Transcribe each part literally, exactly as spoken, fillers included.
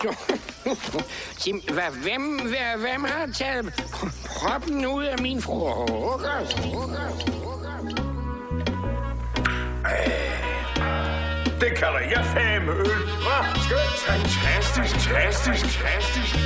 Hvem, hvem, hvem har taget proppen ud af min frokost? Det kalder jeg fandme øl. Hva? Skønt. Fantastisk, fantastisk, fantastisk.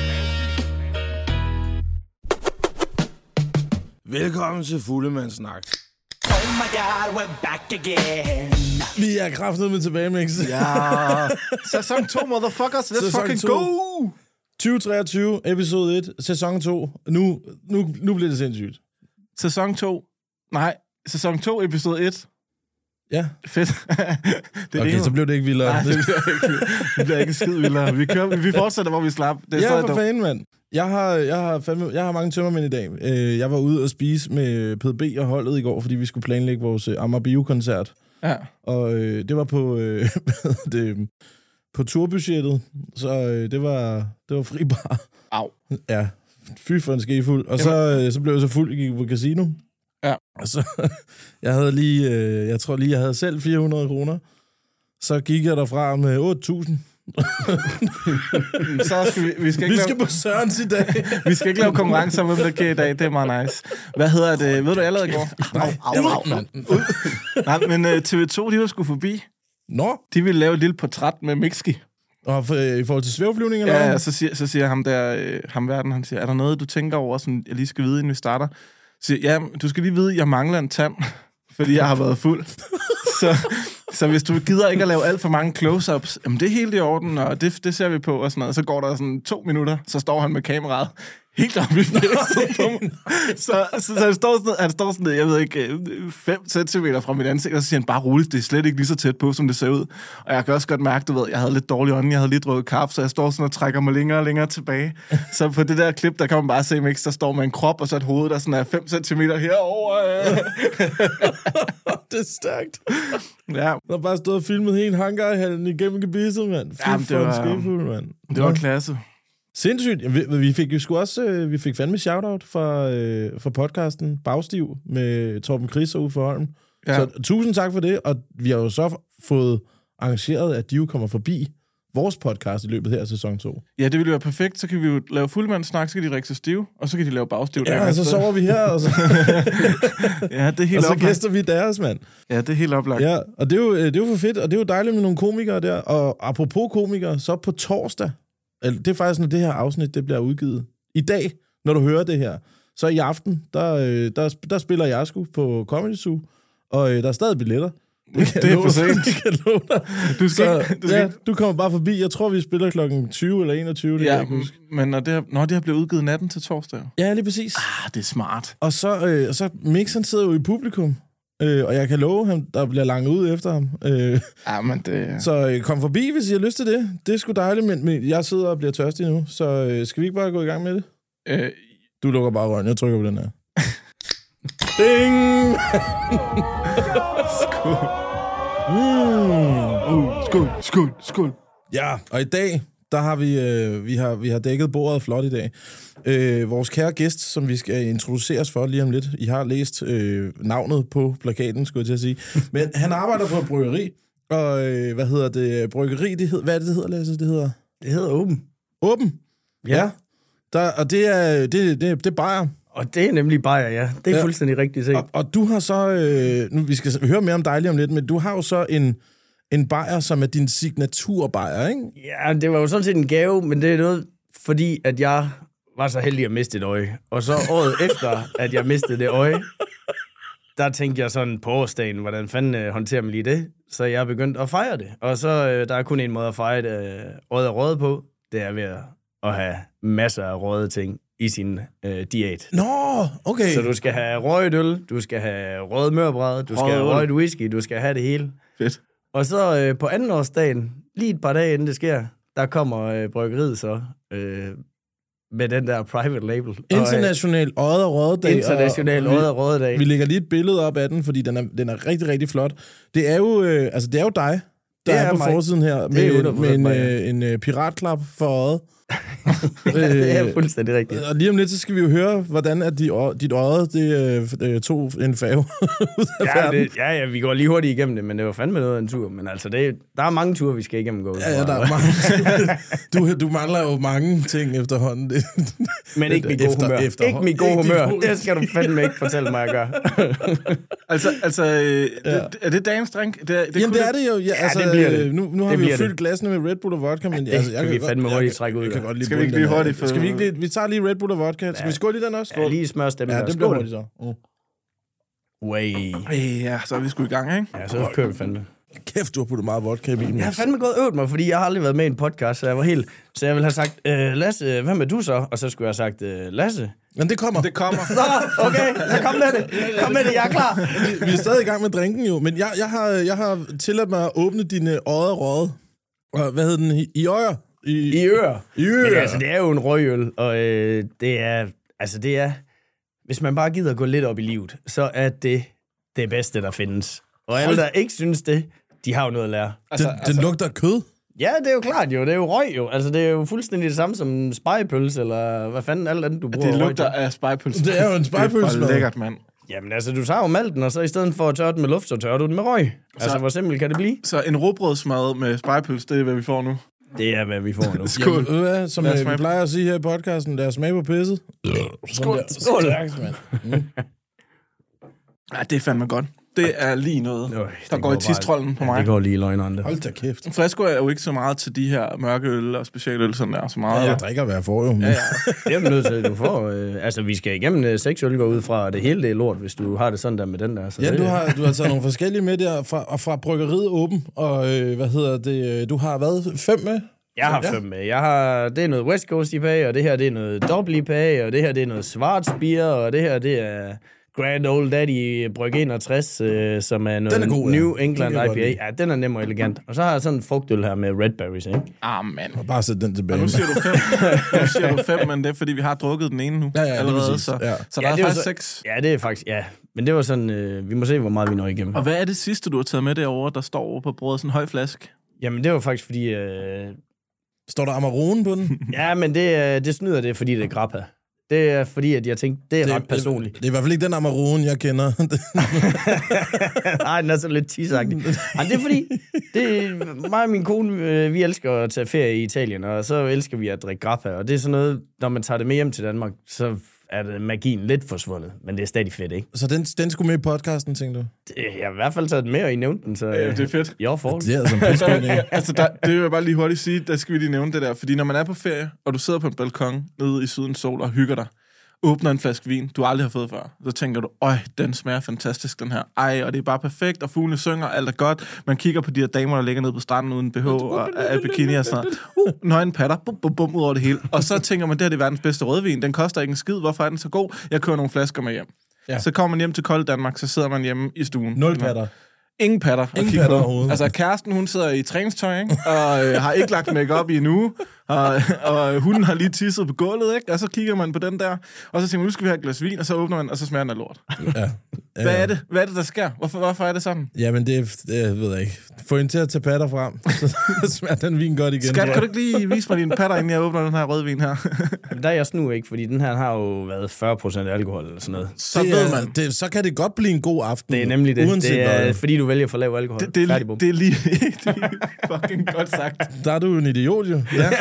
Velkommen til Fuldemandssnak. Oh my god, we're back again. Vi er kraftigt med tilbage, Mix. Ja. Sæson to, motherfuckers. Let's Sæson fucking to. go. tyve treogtyve, episode et, sæson to. Nu, nu, nu bliver det sindssygt. Sæson to. Nej, sæson to, episode et. Ja. Fedt. det Okay, så blev det ikke vildere. Nej, det bliver ikke, det bliver ikke skid vildere. Vi, kører, vi fortsætter, hvor vi slap. Det er Ja, så for fanden, mand. Jeg har, jeg, har fandme, jeg har mange tømmermænd i dag. Jeg var ude og spise med P D B og holdet i går, fordi vi skulle planlægge vores Amager Bio-koncert. Ja. Og øh, det var på, øh, det, på turbudgettet, så øh, det var, det var fri bar. Au. Ja, fy for en skefuld. Og så, øh, så blev jeg så fuld, jeg gik på casino. Ja. Og så, jeg havde lige, øh, jeg tror lige, jeg havde selv fire hundrede kroner. Så gik jeg derfra med otte tusind. Så skal vi, vi skal ikke vi lave, skal på Sørens i dag. vi skal ikke lave konkurrencer med, hvem der kan i dag. Det er meget nice. Hvad hedder det? Ved du, jeg lavede i går? Nej, au, au, au. Nej, men uh, T V to, de var sgu forbi. Nå, De ville lave et lille portræt med Mixki. og for, i forhold til svæveflyvning, eller Ja, hvad? så siger, så siger ham der, øh, ham verden, han siger, er der noget, du tænker over, som jeg lige skal vide, inden vi starter? Så siger, ja, du skal lige vide, at jeg mangler en tand, fordi jeg har været fuld. så, så hvis du gider ikke at lave alt for mange close-ups, jamen det er helt i orden, og det, det ser vi på, og sådan noget. Så går der sådan to minutter, så står han med kameraet helt op i fæstet på mig. Så, så, så han, står sådan, han står sådan, jeg ved ikke, fem centimeter fra mit ansigt, og så siger han bare roligt, det er slet ikke lige så tæt på, som det ser ud. Og jeg kan også godt mærke, du ved, jeg havde lidt dårlig ånd, jeg havde lige drukket kaffe, så jeg står sådan og trækker mig længere og længere tilbage. Så på det der klip, der kan man bare se Mix, der står med en krop, og så et hoved, der sådan er fem centimeter herover. Det er stærkt. Ja, Der har bare stået og filmet hele hangarhallen igennem gebisset, mand. Fy Jamen, det for en var- skefuld, mand. det var klasse. Sindssygt. Vi, vi fik jo sgu også, øh, vi fik fandme shoutout fra, øh, fra podcasten Bagstiv med Torben Chris og Uffe Holm. Ja. Så tusind tak for det, og vi har jo så fået arrangeret, at de jo kommer forbi vores podcast i løbet her af sæson to. Ja, det ville være perfekt. Så kan vi jo lave fuldmandssnak, så kan de række sig stive, og så kan de lave bagstiv. Ja, og så sover vi her, og så, Ja, det er helt og så oplagt. gæster vi deres, mand. Ja, det er helt oplagt. Ja, og det er, jo, det er jo for fedt, og det er jo dejligt med nogle komikere der. Og apropos komikere, så på torsdag, eller det er faktisk, når det her afsnit det bliver udgivet. I dag, når du hører det her, så i aften, der, øh, der, der spiller jeg sgu på Comedy Zoo, og øh, der er stadig billetter. Det, kan Det jeg er love for dig. sent. Det kan jeg love dig. Du skal Så, ikke... Du skal ja, ikke du kommer bare forbi. Jeg tror, vi spiller klokken tyve eller enogtyve, det ja, kan jeg ikke huske. men når det, her, når det her bliver udgivet natten til torsdag. Ja, lige præcis. Ah, det er smart. Og så, øh, og så Mix, han sidder jo i publikum, øh, og jeg kan love ham, der bliver langet ud efter ham. Øh, Ja, men det... Så øh, kom forbi, hvis I har lyst til det. Det er sgu dejligt, men, men jeg sidder og bliver tørstig nu, så øh, skal vi ikke bare gå i gang med det? Øh, Du lukker bare røven, jeg trykker på den her. Ding! skål. Mm. Uh, skål, skål, skål. Ja, og i dag, der har vi, øh, vi, har, vi har dækket bordet flot i dag. Øh, vores kære gæst, som vi skal introduceres for lige om lidt. I har læst øh, navnet på plakaten, skulle jeg til at sige. Men han arbejder på et bryggeri, og øh, hvad hedder det? Bryggeri, det hed, hvad er det, det hedder, Lasse? Det hedder... Det hedder Åben. Åben? Ja. Der, og det er, det, det, det er Bayer. Og det er nemlig Bayer, ja. Det er Ja. ja. fuldstændig rigtigt set. Og, og du har så, øh, nu vi skal høre mere om dig lige om lidt, men du har jo så en, en bajer, som er din signaturbajer, ikke? Ja, det var jo sådan set en gave, men det er noget, fordi at jeg var så heldig at miste et øje. Og så året efter, at jeg mistede det øje, der tænkte jeg sådan på årsdagen, hvordan fanden øh, håndterer man lige det? Så jeg begyndte at fejre det. Og så øh, der er kun en måde at fejre det, øh, øjet og røde på. Det er ved at, at have masser af røde ting i sin øh, diæt. Nå, okay. Så du skal have røget øl, du skal have røget mørbræd, du skal Røget have øl. røget whisky, du skal have det hele. Fedt. Og så øh, på andenårsdagen, lige et par dage inden det sker, der kommer øh, bryggeriet så øh, med den der private label. International øjet og røde dag. International og, og øjet og røde dag. Vi lægger lige et billede op af den, fordi den er, den er rigtig, rigtig flot. Det er jo, øh, altså, det er jo dig, der Det er, er på mig. forsiden her, Det er med, hundrede procent med en, mig, ja. øh, en øh, piratklap for øjet. Det er fuldstændig rigtigt. Og lige om lidt, så skal vi jo høre, hvordan at de, dit øje det, øh, tog en færge ud af Ja, verden. det, ja, ja, vi går lige hurtigt igennem det, men det var fandme noget af en tur. Men altså, det, der er mange ture, vi skal igennem gå. Ja, ja, der er mange. du, du mangler jo mange ting efterhånden. Det, Men ikke mit gode efter, humør. Efter, ikke mit gode ikke humør. gode. Det skal du fandme ikke fortælle mig at gøre. Altså, altså øh, Ja. det, er det dagens drink? Det, er- det Jamen, kunne det er det jo. Ja, altså, det bliver det. øh, Nu, nu har Det vi jo bliver fyldt det. glasene med Red Bull og vodka, men det altså, jeg kan vi godt- fandme jeg hurtigt kan- trække ud Jeg kan af. godt lide Skal vi ikke bunden lige af- hurtigt få- Skal vi ikke lige... Vi tager lige Red Bull og vodka. Skal vi skåle i den også? Ja, lige smør stemmen. Ja, der. det bliver Skål. hurtigt så. Mm. Way. Øh, ja, så er vi sgu i gang, ikke? Ja, så kører vi fandme. Kæft, du har puttet meget vodka i bilen. Jeg har fandme gået og øvet mig, fordi jeg har aldrig været med i en podcast, så jeg var helt... Så jeg ville have sagt, øh, Lasse, hvad med du så? Og så skulle jeg have sagt, øh, Lasse. Men det kommer. Det kommer. Nå, okay, så kom med det. Kom med det, jeg er klar. Vi, vi er stadig i gang med drinken jo, men jeg, jeg, har, jeg har tilladt mig at åbne dine øje råde. Og hvad hed den? I, i øjer? I ører. I ører. Men altså, det er jo en røgøl, og øh, det er... Altså, det er... Hvis man bare gider gå lidt op i livet, så er det det bedste, der findes. Og alle, der ikke synes det, de har jo noget at lære. Altså, den, den lugter af kød. Ja, det er jo klart jo. Det er jo røg jo. Altså, det er jo fuldstændig det samme som spegepølse, eller hvad fanden alt andet, du bruger Det røg lugter til. af spejpølse. Det er jo en spegepølse, Det er mad. for lækkert, mand. Jamen altså, du tager jo malten, og så i stedet for at tørre den med luft, så tørrer du den med røg. Altså, hvor simpelt kan det blive? Så en råbrødsmad med spejpølse, det er, hvad vi får nu. Det er, hvad vi får nu. Skål. Jamen, ved du hvad, som Lad os øh, vi smage. plejer at sige her i podcasten, lad os smage på pisset. Skål. Skål. Stærkt, mand. Ja, det er fandme godt. Det er lige noget, Øj, der det går i bare- tistrollen på Ja, mig. det går lige i løgnerne. Hold da kæft. Fresco er jo ikke så meget til de her mørke øl og specialøl, sådan der. Så meget. Ja, jeg drikker hver for jo. Men... Ja, ja. Det er du nødt til, du får. Øh, altså, vi skal igennem øh, seks øl går ud fra, og det hele det er lort, hvis du har det sådan der med den der. Så Ja, det, du har, du har taget nogle forskellige med der fra, og fra bryggeriet åben, og øh, hvad hedder det, du har hvad, fem med? Jeg har Ja. fem med. Jeg har, det er noget West Coast I P A, og det her det er noget Double I P A, og det her det er noget Schwarzbier, og det her det er Grand Old Daddy Bryg enogtres, øh, som er noget Den er god, ja. New Den England kan jeg I godt P A. lide. Ja, den er nem og elegant. Og så har jeg sådan en frugtøl her med red berries, ikke? Ah, mand. Bare sæt den tilbage. Og nu siger du fem, nu siger du fem, men det er, fordi vi har drukket den ene nu Ja, ja, lige allerede. præcis. Så, Ja. så der Ja, er det er jo faktisk så- seks. Ja, det er faktisk, ja. Men det var sådan, øh, vi må se, hvor meget vi når igennem. Og hvad er det sidste, du har taget med derovre, der står over på bordet? Sådan en høj flaske? Jamen, det var faktisk fordi, øh, Står der Amarone på den? ja, men det, øh, det snyder det, fordi det er grappa. Det er fordi, at jeg tænkte, det er det, ret personligt. Det, det er i hvert fald ikke den Amarone, jeg kender. Nej, den er så lidt tisagtig. Men det er fordi, det, mig og min kone, øh, vi elsker at tage ferie i Italien, og så elsker vi at drikke grappa, og det er sådan noget, når man tager det med hjem til Danmark, så er det magien lidt forsvundet, men det er stadig fedt, ikke? Så den, den skulle med i podcasten, tænkte du? Det, jeg har i hvert fald taget den med, og I nævnte den, så Ja, øh, det er fedt. jeg får Det er altså en pissegod idé. Altså, der, det vil jeg bare lige hurtigt sige, der skal vi lige nævne det der. Fordi når man er på ferie, og du sidder på en balkon nede i sydens sol og hygger dig, åbner en flaske vin, du aldrig har fået før, så tænker du, øj, den smager fantastisk, den her. Ej, og det er bare perfekt, og fuglene synger, alt er godt. Man kigger på de her damer, der ligger nede på stranden uden B H og er bikini og sådan noget. Uh, nøgen patter, bum, bum, bum, ud over det hele. Og så tænker man, det her det er verdens bedste rødvin. Den koster ikke en skid, hvorfor er den så god? Jeg kører nogle flasker med hjem. Ja. Ja. Så kommer man hjem til kolde Danmark, så sidder man hjemme i stuen. Nul patter. Ingen patter. Ingen at kigge patter på. overhovedet. Altså, kæresten, hun sidder i træningstøj, ikke? Og øh, har ikke lagt make-up i en uge. Og, og hunden har lige tisset på gulvet, ikke? Og så kigger man på den der, og så tænker man, nu skal vi have et glas vin, og så åbner man, og så smager den af lort. Ja. Hvad er det? Hvad er det, der sker? Hvorfor, hvorfor er det sådan? Jamen, det, er- det jeg ved jeg ikke. Få hende til at tage patter frem, så smager den vin godt igen. Skat, tror kan jeg. du ikke lige vise mig dine patter, inden jeg åbner den her rødvin her? Men der er jeg snu ikke, fordi den her har jo været fyrre procent alkohol eller sådan noget. Så det ved er, man. Det, så kan det godt blive en god aften. Det er nemlig det. Uanset Det er, hvad. fordi du vælger for lav alkohol. Det, det, er, Færdig, lige, bum. det er lige det er lige fucking godt sagt. Der er du jo en idiot, jo. Ja.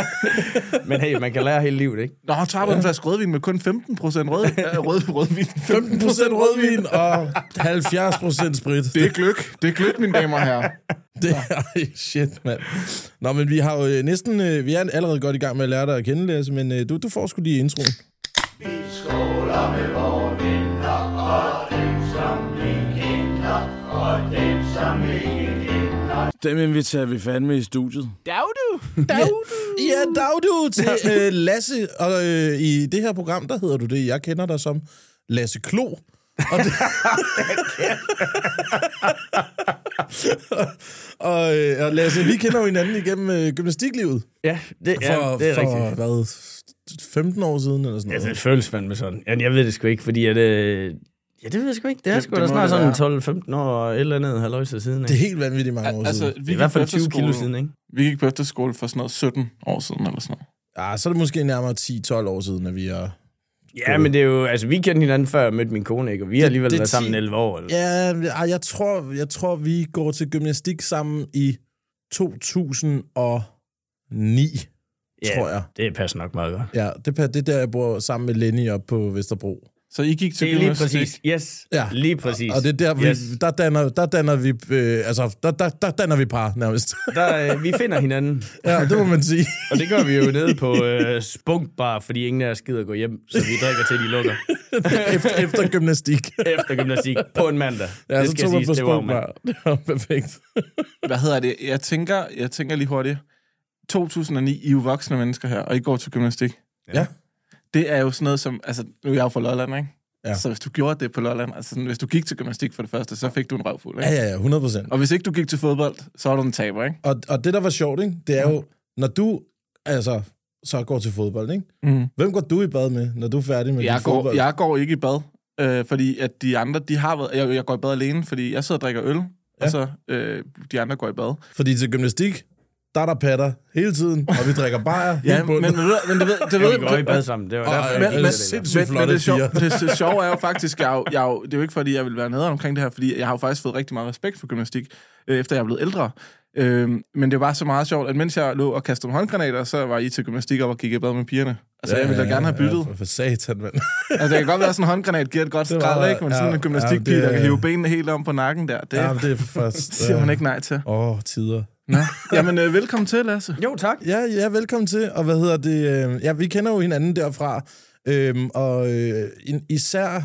Men hey, man kan lære hele livet, ikke? Nå, tager du en flaske rødvin med kun femten procent rød, øh, rød, rødvin. femten procent rødvin og halvfjerds procent sprit. Det er gløk. Det er gløk, mine damer og herrer. Det er shit, mand. Nå, men vi har jo øh, næsten... Øh, vi er allerede godt i gang med at lære dig at kende, Lasse, men øh, du, du får sgu lige introen. Dem inviterer vi fandme i studiet. Dag, ja, dag du til øh, Lasse. Og øh, i det her program, der hedder du det, jeg kender dig som Lasse Klo. Og, det... og, øh, og Lasse, vi kender jo hinanden igennem øh, gymnastiklivet. Ja, det, For, ja, det er for rigtigt. hvad, femten år siden eller sådan Ja, noget. det føles fandme sådan. Ja, jeg ved det sgu ikke, fordi at... Øh, ja, det ved jeg sgu ikke. Det er Det- sgu det da må snart det sådan være. tolv femten år og et eller andet halvøjse siden. Det er Ikke? helt vanvittigt mange år Altså, siden. vi Det er i hvert fald gik på tyve kilo efterskole- siden, ikke? Vi gik på efterskole for sådan noget sytten år siden, eller sådan noget. Ah, så er det måske nærmere ti tolv år siden, at vi er... Ja, men det er jo... Altså, vi kendte hinanden før jeg mødte min kone, ikke? Og vi har alligevel været sammen elleve år. Eller? Ja, jeg tror, jeg tror, vi går til gymnastik sammen i to tusind og ni, Ja, tror jeg. det passer nok meget godt. Ja, det, det er der, jeg bor sammen med Lenny op på Vesterbro. Så I gik til Det er lige gymnastik? præcis. Yes, Ja. lige præcis. Og, og det er der, vi, Yes. der, danner, der danner vi, øh, altså, der, der, der danner vi par nærmest. Der, øh, vi finder hinanden. Ja, det må man sige. Og det gør vi jo nede på øh, Spunkbar, fordi ingen af os gider gå hjem, så vi drikker til, de lukker. efter, efter gymnastik. Efter gymnastik på en mandag. Ja, det så skal tog man på siges, det var jo Spunkbar. Det var perfekt. Hvad hedder det? Jeg tænker, jeg tænker lige hurtigt. to tusind og ni, I er jo voksne mennesker her, og I går til gymnastik. Ja. Det er jo sådan noget som... Altså, nu er jeg jo fra Lolland, ikke? Ja. Så hvis du gjorde det på Lolland, altså sådan, hvis du gik til gymnastik for det første, så fik du en røvfuld, ikke? Ja, ja, ja, hundrede procent. Og hvis ikke du gik til fodbold, så var du en taber, ikke? Og, og det, der var sjovt, ikke? Det er jo, når du altså, så går til fodbold, ikke? Mm. Hvem går du i bad med, når du er færdig med Jeg din går, fodbold? jeg går ikke i bad, øh, fordi at de andre, de har været... Jeg, jeg går i bad alene, fordi jeg sidder og drikker øl, ja. Og så øh, de andre går i bad. Fordi til gymnastik, der er der patter hele tiden, og vi drikker bajer. Ja, men, men, men det ved... Det Ja, ved vi går i bad sammen. Det var derfor, men- jeg men- men, sindssygt Men, men flotte det, sjove, piger. det, det sjove er jo faktisk, jeg, er jo, jeg er jo, det er jo ikke fordi, jeg vil være nede omkring det her, fordi jeg har jo faktisk fået rigtig meget respekt for gymnastik, øh, efter jeg er blevet ældre. Øh, men det var så meget sjovt, at mens jeg lå og kastede håndgranater, så var I til gymnastik op og gik i bad med pigerne. Altså, ja, jeg ville da gerne have byttet. Ja, for, for satan, mand. Altså, det kan godt være, sådan en håndgranat giver et godt Det var- skrald, ikke? Men sådan ja, en gymnastikpige, ja, det- der kan hive benene helt om på nakken der, det, Ja, det er først... siger man ikke nej til. Åh, oh, tider. Nå. Jamen, øh, velkommen til, Lasse. Jo, tak. Ja, ja, velkommen til. Og hvad hedder det? Øh, ja, vi kender jo hinanden derfra. Øhm, og øh, en, især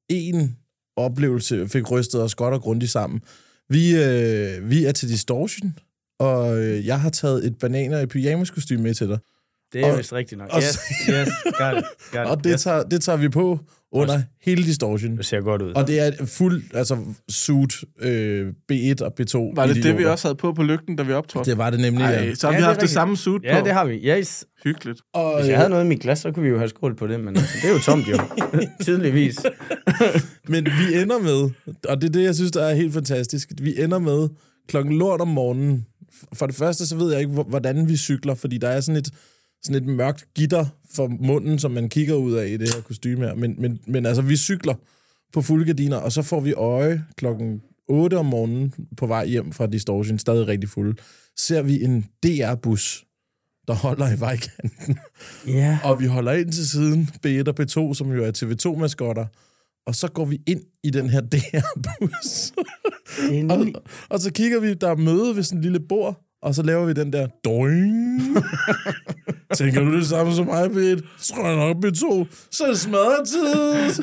en oplevelse fik rystet os godt og grundigt sammen. Vi, øh, vi er til Distortion, og øh, jeg har taget et bananer i pyjamaskostyme med til dig. Det er Og- vist rigtigt nok. og- Yes, yes, got it, got it. Og det, Yes. tager, det tager vi på under hele Distortion. Det ser godt ud. Og det er et fuld, altså suit øh, B et og B to. Var det det, vi idioter. også havde på på lygten, da vi optrådte? Det var det nemlig, Ej, ja. så har Ja, vi det er haft det rigtigt. samme suit på. Ja, det har vi. Yes. Hyggeligt. Og, Hvis jeg havde noget i mit glas, så kunne vi jo have skålet på det, men altså, det er jo tomt jo. Tydeligvis. Men vi ender med, og det er det, jeg synes, der er helt fantastisk, vi ender med klokken lort om morgenen. For det første, så ved jeg ikke, hvordan vi cykler, fordi der er sådan et, sådan et mørkt gitter for munden, som man kigger ud af i det her kostyme her. Men, men, men altså, vi cykler på fulde gardiner, og så får vi øje klokken otte om morgenen på vej hjem fra Distortion, stadig rigtig fuld. Ser vi en D R-bus, der holder i vejkanten. Ja. Og vi holder ind til siden, B et og B to, som jo er T V to-maskotter. Og så går vi ind i den her D R-bus. og, og så kigger vi, der er møde ved sådan en lille bord, og så laver vi den der doing. Tænker du det samme som mig, B et? Så tror jeg nok B to. Så er det smadretid.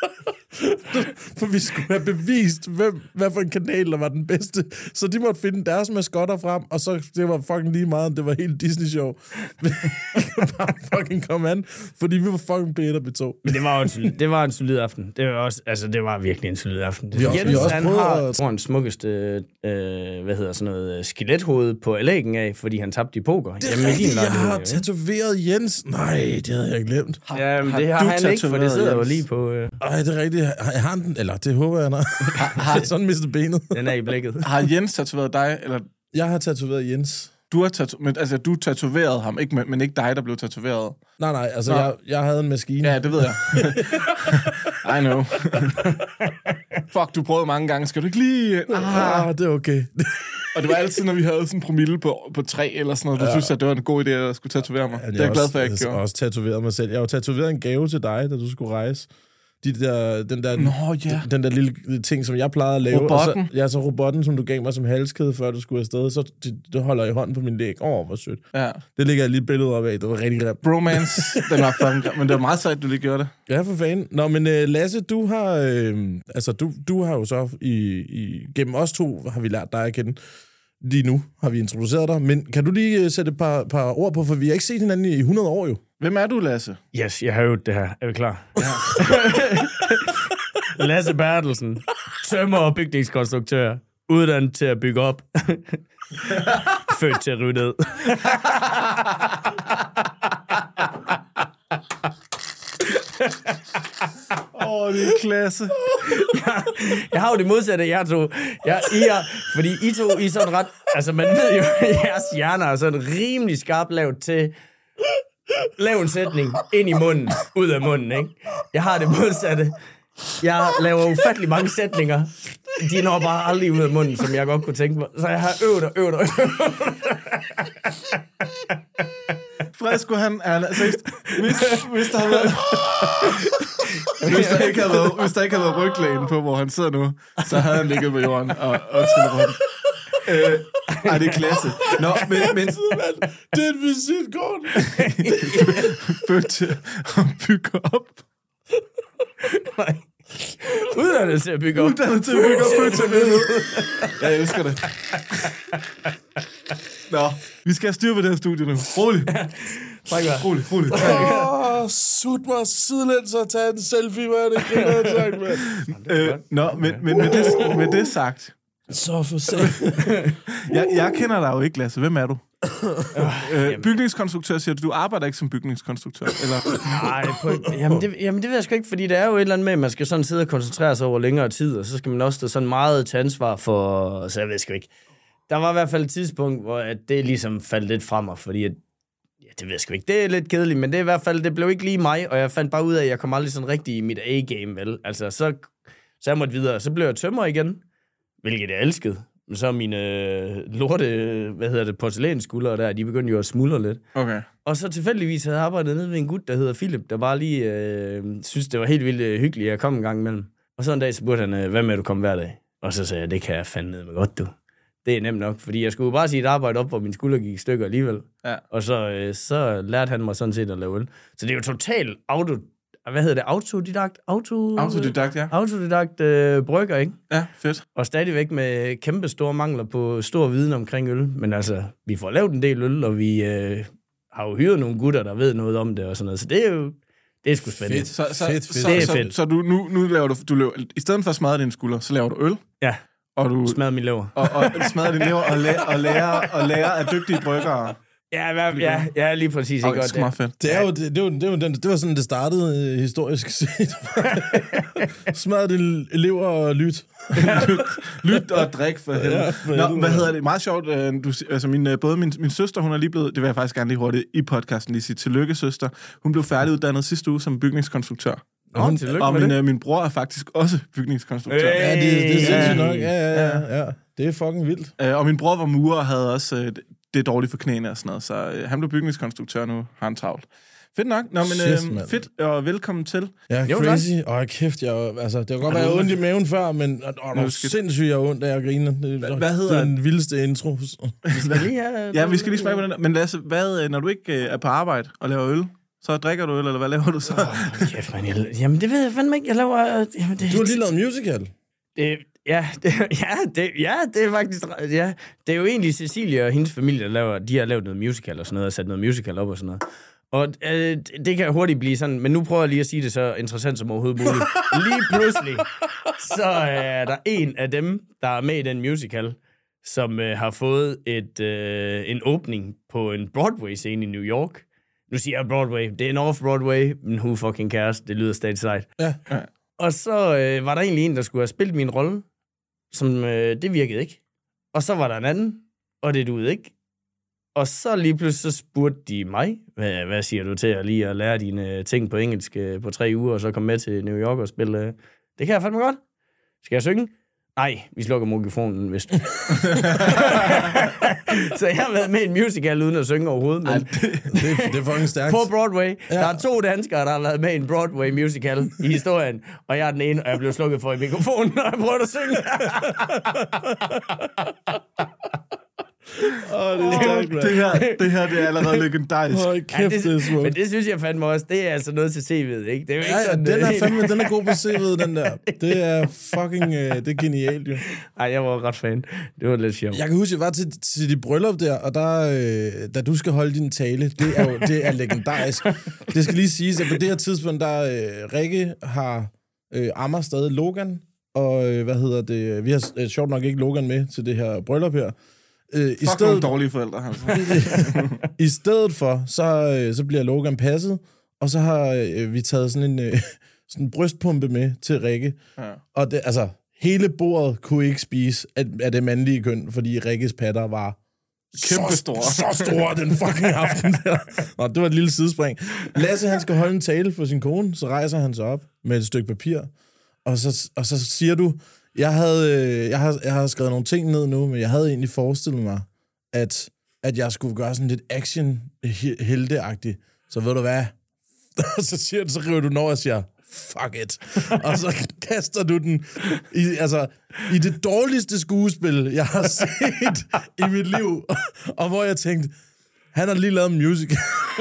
For vi skulle have bevist, hvem, hvad for en kanal, der var den bedste. Så de måtte finde deres maskotter frem, og så det var fucking lige meget. Det var helt Disney-show. Vi kan bare fucking komme an, fordi vi var fucking B et og B to. Men det var jo en, solid- det var en solid aften. Det var også, altså det var virkelig en solid aften. Vi har også- Jens, vi har også han prøvet har, at- jeg tror, den smukkeste, øh, hvad hedder sådan noget, øh, skelethoved på lægen af, fordi han tabte i poker. Det er Jamen, i din rigtigt, jeg lejlighed, har jo, ikke? tatoveret Jens. Nej, det havde jeg glemt. Jamen, Har det har du han ikke, for det tatoveret, sidder jo Jens? lige på... Øh, Ej, det er rigtigt. Har jeg har den? Eller det håber jeg, han har. Det er sådan mistet benet. den er i blikket. Har Jens tatoveret dig, eller Jeg har tatoveret Jens. du har tatoveret, men, altså du tatoverede ham, ikke, men ikke dig, der blev tatoveret? Nej, nej, altså Nå. jeg, jeg havde en maskine. Ja, det ved jeg. I know. Fuck, du prøvede mange gange. Skal du ikke lige... Ah. Ah, det er okay. Og det var altid, når vi havde sådan en promille på, på tre eller sådan noget. Du ja. synes, at det var en god idé, at jeg skulle tatovere mig. Det er jeg glad for, at jeg ikke Jeg har gjorde. også tatoveret mig selv. Jeg har jo tatoveret en gave til dig, da du skulle rejse. De der, den, der, Nå, ja. den der lille ting, som jeg plejede at lave. Robotten? Og så, ja, så robotten, som du gav mig som halskæde, før du skulle afsted, så det, det holder i hånden på min læg. Åh, oh, hvor sødt. Ja. Det ligger jeg lige et billede op af. Det var rigtig grimt. Bromance, den var fucking grim. Men det var meget sejt, at du lige gjorde det. Ja, for fanden. Nå, men uh, Lasse, du har, øh, altså, du, du har jo så i, i, gennem os to har vi lært dig at kende. Lige nu har vi introduceret dig. Men kan du lige uh, sætte et par, par ord på, for vi har ikke set hinanden i hundrede år jo. Hvem er du, Lasse? Yes, jeg har øvet det her. Er vi klar? Ja. Lasse Bertelsen, tømmer og bygningskonstruktør, uddannet til at bygge op. Født til at ryge ned. Åh, oh, det er klasse. jeg, jeg har jo det modsatte af jer to. Jeg, I er, fordi I to, I er sådan ret... Altså, man ved jo, at jeres hjerner er sådan rimelig skarpt lavet til lav en sætning ind i munden, ud af munden, ikke? Jeg har det modsatte. Jeg laver ufattelig mange sætninger. De når bare aldrig ud af munden, som jeg godt kunne tænke mig. Så jeg har øvet og øvet og øvet. Fresco, han er... Altså, hvis, hvis, der havde været, hvis, der ikke havde været, hvis der ikke havde været ryglægen på, hvor han sidder nu, så havde han ligget på jorden og, og trillet rundt. Øh, ej, det er klasse. Nå, men... men det er et visitkort. Født til at bygge op. Nej. Uddannet til at bygge op. Uddannet til at bygge op. Født til at bygge op. Jeg elsker det. Nå, vi skal have styr på det her studie nu. Rolig. Rolig, rolig. Åh, sut mig sidelæns og tage en selfie, hvad er det? Det er det, sagt, mand. Øh, nå, men, men med, det, med det sagt... Så for sent. jeg, jeg kender dig jo ikke, Lasse. Hvem er du? øh, bygningskonstruktør, siger du. Du arbejder ikke som bygningskonstruktør, eller? Nej, på, jamen, det, jamen det ved jeg sgu ikke, fordi det er jo et eller andet med, at man skal sådan sidde og koncentrere sig over længere tid, og så skal man også stå sådan meget til ansvar for... Så jeg ved sgu ikke. Der var i hvert fald et tidspunkt, hvor at det ligesom faldt lidt fra mig, fordi at, ja, det ved jeg sgu ikke. Det er lidt kedeligt, men det er i hvert fald, det blev ikke lige mig, og jeg fandt bare ud af, at jeg kom aldrig sådan rigtig i mit A-game, vel? Altså, så, så jeg måtte videre. Så blev jeg tømrer igen, hvilket jeg elskede. Men så mine øh, lorte, hvad hedder det, porcelænsskuldre der, de begyndte jo at smuldre lidt. Okay. Og så tilfældigvis havde jeg arbejdet nede ved en gut, der hedder Philip, der bare lige øh, synes, det var helt vildt øh, hyggeligt at komme en gang imellem. Og så en dag, så spurgte han, øh, hvad med, at du kommer hver dag? Og så sagde jeg, det kan jeg fandme ned med godt, du. Det er nemt nok, fordi jeg skulle bare sige et arbejde op, hvor mine skuldre gik i stykker alligevel. Ja. Og så, øh, så lærte han mig sådan set at lave øl. Så det er jo totalt auto... Hvad hedder det? Autodidakt? Auto... Autodidakt, ja. Autodidakt øh, brygger, ikke? Ja, fedt. Og stadigvæk med kæmpe store mangler på stor viden omkring øl. Men altså, vi får lavet en del øl, og vi øh, har jo hyret nogle gutter, der ved noget om det og sådan noget. Så det er jo... Det er sgu spændende. Fedt. Så, så, fedt, fedt. Så, det er så, fedt. Så, så du, nu, nu laver du... du laver, i stedet for at smadre dine skuldre, så laver du øl. Ja. Og du... Smadrer min lever. Og, og smadrer din lever og, læ- og, lærer, og lærer af dygtige bryggere. Ja, hvad, ja, ja, lige præcis. Okay, ikke det er meget fedt. Det, er jo, det, det, var, det, var, det var sådan, det startede øh, historisk set. Smadret din elever og lyt. lyt. Lyt og drik for helvede. Ja, for Nå, helvede. hvad hedder det? Meget sjovt. Øh, du, altså min, både min, min søster, hun er lige blevet... Det vil jeg faktisk gerne lige hurtigt i podcasten lige sige. Tillykke, søster. Hun blev færdiguddannet sidste uge som bygningskonstruktør. Nå, Hun, tillykke og med min, det. øh, min bror er faktisk også bygningskonstruktør. Øh. Ja, det, det er sindssygt Ja. nok. Ja, ja, ja, ja. Det er fucking vildt. Øh, og min bror var murer og havde også... Øh, det er dårligt for knæene og sådan noget, så øh, han blev bygningskonstruktør nu, har han travlt. Fedt nok. Nå, men Shit, øh, mand. fedt og velkommen til. Ja, Jo, crazy. Åh, kæft, jeg, altså, det kan godt være, jeg har ondt i maven før, men åh, det er skal- sindssygt, jeg har ondt, da jeg griner. Det, Hva- hvad hedder det er den vildeste intro. Lige her, Ja, vi skal lige smage på den der. Men Lasse, hvad, øh, når du ikke øh, er på arbejde og laver øl, så drikker du øl, eller hvad laver du så? Kæft, man. Jeg, jamen, det ved jeg fandme ikke. Jeg laver... øh, Jamen, det, Du har lige lavet en musical. Det, ja, det, ja, det, ja, det er faktisk... Ja, det er jo egentlig Cecilia og hendes familie, der laver... De har lavet noget musical og sådan noget, og sat noget musical op og sådan noget. Og øh, det kan hurtigt blive sådan... Men nu prøver jeg lige at sige det så interessant som overhovedet muligt. Lige pludselig, så er der en af dem, der er med i den musical, som øh, har fået et, øh, en åbning på en Broadway-scene i New York. Nu siger jeg Broadway. Det er en off-Broadway, men who fucking cares? Det lyder stateside. Ja. Og så øh, var der egentlig en, der skulle have spillet min rolle, som øh, det virkede ikke. Og så var der en anden, og det duede ikke. Og så lige pludselig så spurgte de mig, hvad, hvad siger du til at lige at lære dine øh, ting på engelsk øh, på tre uger, og så komme med til New York og spille? Øh. Det kan jeg fandme godt. Skal jeg synge? Nej, vi slukker mikrofonen, hvis du. Så jeg har været med i en musical uden at synge overhovedet. Men Det, det er fucking stærkt. på Broadway. Ja. Der er to danskere, der har været med i en Broadway musical i historien. Og jeg er den ene, og jeg blev slukket for i mikrofonen, når jeg prøvede at synge. Åh, det er stærkt, mand. det, her, det her, det er allerede legendarisk. Hold kæft, det er det, smukt. men det synes jeg fandme også, det er altså noget til C V'et, ikke? Det er jo ikke Ja, ja, sådan... den er øh, fandme, den er god på C V'et, den der. Det er fucking, uh, det er genialt, jo. Ej, jeg var ret fan. Det var lidt sjovt. Jeg kan huske, jeg var til, til dit bryllup der, og der, øh, da du skal holde din tale, det er jo det er legendarisk. Det skal lige siges, at på det her tidspunkt, der øh, Rikke har øh, ammer stadig Logan, og øh, hvad hedder det, vi har øh, sjovt nok ikke Logan med til det her bryllup her. Øh, i, Fuck stedet, nogle dårlige forældre, altså. I stedet for, så, øh, så bliver Logan passet, og så har øh, vi taget sådan en, øh, sådan en brystpumpe med til Rikke. Ja. Og det, altså, hele bordet kunne ikke spise af, af det mandlige køn, fordi Rikkes patter var Kæmpe så, store. så stor den fucking aften der. Nå, det var et lille sidespring. Lasse, han skal holde en tale for sin kone, så rejser han sig op med et stykke papir, og så, og så siger du, jeg havde, jeg, har, jeg har skrevet nogle ting ned nu, men jeg havde egentlig forestillet mig, at, at jeg skulle gøre sådan lidt action-helteagtigt. Så ved du hvad? Og så, siger du, så river du den over og siger, fuck it. Og så kaster du den i, altså, i det dårligste skuespil, jeg har set i mit liv. Og hvor jeg tænkte, han har lige lavet en musical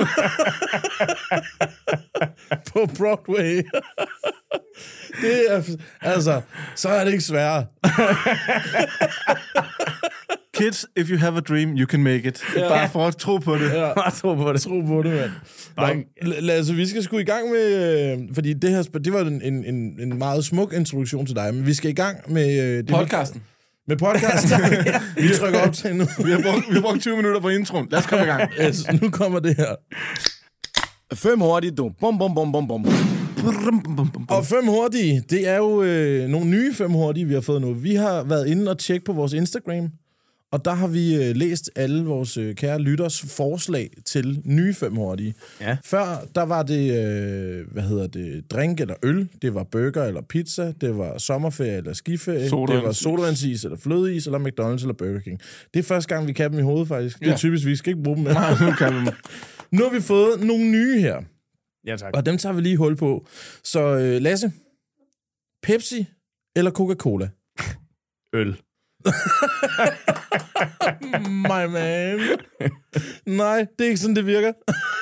på Broadway. Det er, altså, så er det ikke sværere. Kids, if you have a dream, you can make it. Ja. Bare for at tro på det. Ja. Bare tro på det. Tro på det, mand. Nå, Lasse, vi skal sgu i gang med... Øh, fordi det her det var en, en, en meget smuk introduktion til dig, men vi skal i gang med... Øh, det Podcasten. Med podcasten. Vi trykker op til nu. Vi har, brugt, vi har brugt tyve minutter på introen. Lad os komme i gang. Yes, nu kommer det her. Fem hurtigt, du. Bum, bum, bum, bum, bum. Og fem hurtige, det er jo øh, nogle nye fem hurtige, vi har fået nu. Vi har været inde og tjekke på vores Instagram, og der har vi øh, læst alle vores øh, kære lytters forslag til nye fem hurtige. Ja. Før, der var det, øh, hvad hedder det, drink eller øl, det var burger eller pizza, det var sommerferie eller skiferie, Sodavandsis. det var sodavandsis eller flødeis, eller McDonald's eller Burger King. Det er første gang, vi kan dem i hovedet, faktisk. Det er Ja. typisk, vi skal ikke bruge dem med. Nej, nu kan vi dem. Nu har vi fået nogle nye her. Ja, tak. Og dem tager vi lige hul på. Så øh, Lasse, Pepsi eller Coca-Cola? Øl. My man. Nej, det er ikke sådan, det virker.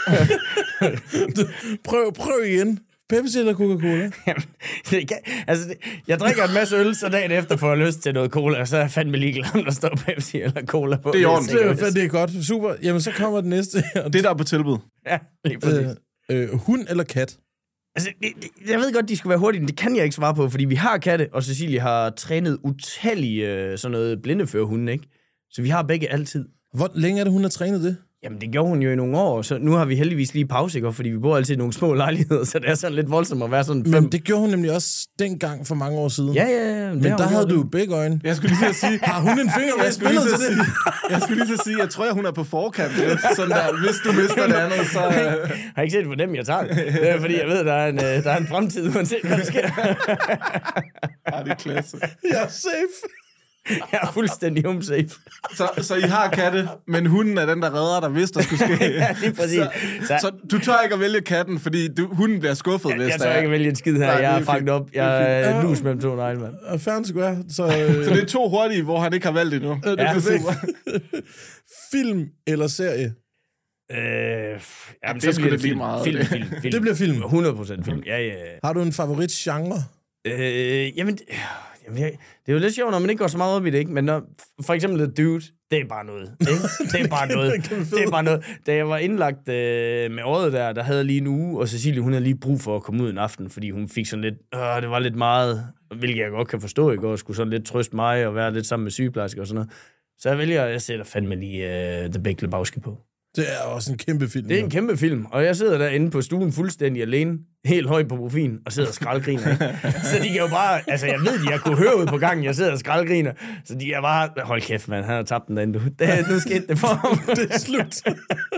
prøv, prøv igen. Pepsi eller Coca-Cola? Jamen, det kan, altså, det, jeg drikker en masse øl, så dagen efter får jeg lyst til noget cola, og så er jeg fandme ligeglad, om der står Pepsi eller cola på. Det er i orden. Det er, fandme, det er godt. Super. Jamen, så kommer det næste her. Det, der er på tilbud. Ja, lige præcis. Øh, øh, hund eller kat? Altså, det, det, jeg ved godt, de skulle være hurtige, men det kan jeg ikke svare på, fordi vi har katte, og Cecilie har trænet utallige øh, sådan noget blindeførhunde, ikke? Så vi har begge altid. Hvor længe er det, hun har trænet det? Jamen, det gjorde hun jo i nogle år, så nu har vi heldigvis lige pause, ikke? Fordi vi bor altid i nogle små lejligheder, så det er sådan lidt voldsomt at være sådan fem. Men det gjorde hun nemlig også dengang for mange år siden. Ja, ja, ja. Men der havde du jo begge øjne. Jeg skulle lige til at sige... Har hun en finger med i Jeg skulle lige spillet til til at det? sige, jeg skulle lige til at sige, jeg tror, hun er på forkant. Sådan der, hvis du mister det andet, så... Øh... Har ikke set på dem, jeg tager. Det er, fordi jeg ved, der er en, der er en fremtid, uanset hvad der sker. Ja, det er klasse. Jeg er safe. Jeg er fuldstændig home-safe. Så, så I har katte, men hunden er den, der redder dig, hvis der skulle ske. Ja, lige præcis. Så, så, så du tør ikke at vælge katten, fordi du, hunden bliver skuffet, hvis Jeg der tør er... ikke at vælge en skid her. Nej, det er Jeg er fint. fanget op. Jeg er lus mellem to negle, mand. Og færden square. Så, øh, Så det er to hurtige, hvor han ikke har valgt endnu. det er Ja, perfekt. Film eller serie? Øh, jamen, det er så sgu bliver lidt lige meget, Film, det. film, film. Det bliver film. hundrede procent film. Ja, ja, ja. Har du en favoritgenre? Øh, jamen, jamen jeg, det er jo lidt sjovt, når man ikke går så meget op i det, ikke? Men når, for eksempel The Dude, det er bare noget. Ikke? Det er bare noget. Det er bare noget. Da jeg var indlagt øh, med året der, der havde jeg lige en uge, og Cecilie, hun havde lige brug for at komme ud en aften, fordi hun fik sådan lidt, øh, det var lidt meget, hvilket jeg godt kan forstå, ikke? Og skulle sådan lidt trøste mig og være lidt sammen med sygeplejersker og sådan noget. Så jeg vælger, jeg sætter fandme lige uh, The Big Lebowski på. Det er også en kæmpe film. Det er en kæmpe film, og jeg sidder derinde på stuen fuldstændig alene, helt højt på profilen, og sidder og skraldgriner. Ikke? Så de kan jo bare, altså jeg ved, de jeg kunne høre ud på gangen, jeg sidder og skraldgriner, så de er bare, hold kæft mand, han har tabt den derinde, du. Det, nu skete det for ham. Det er slut.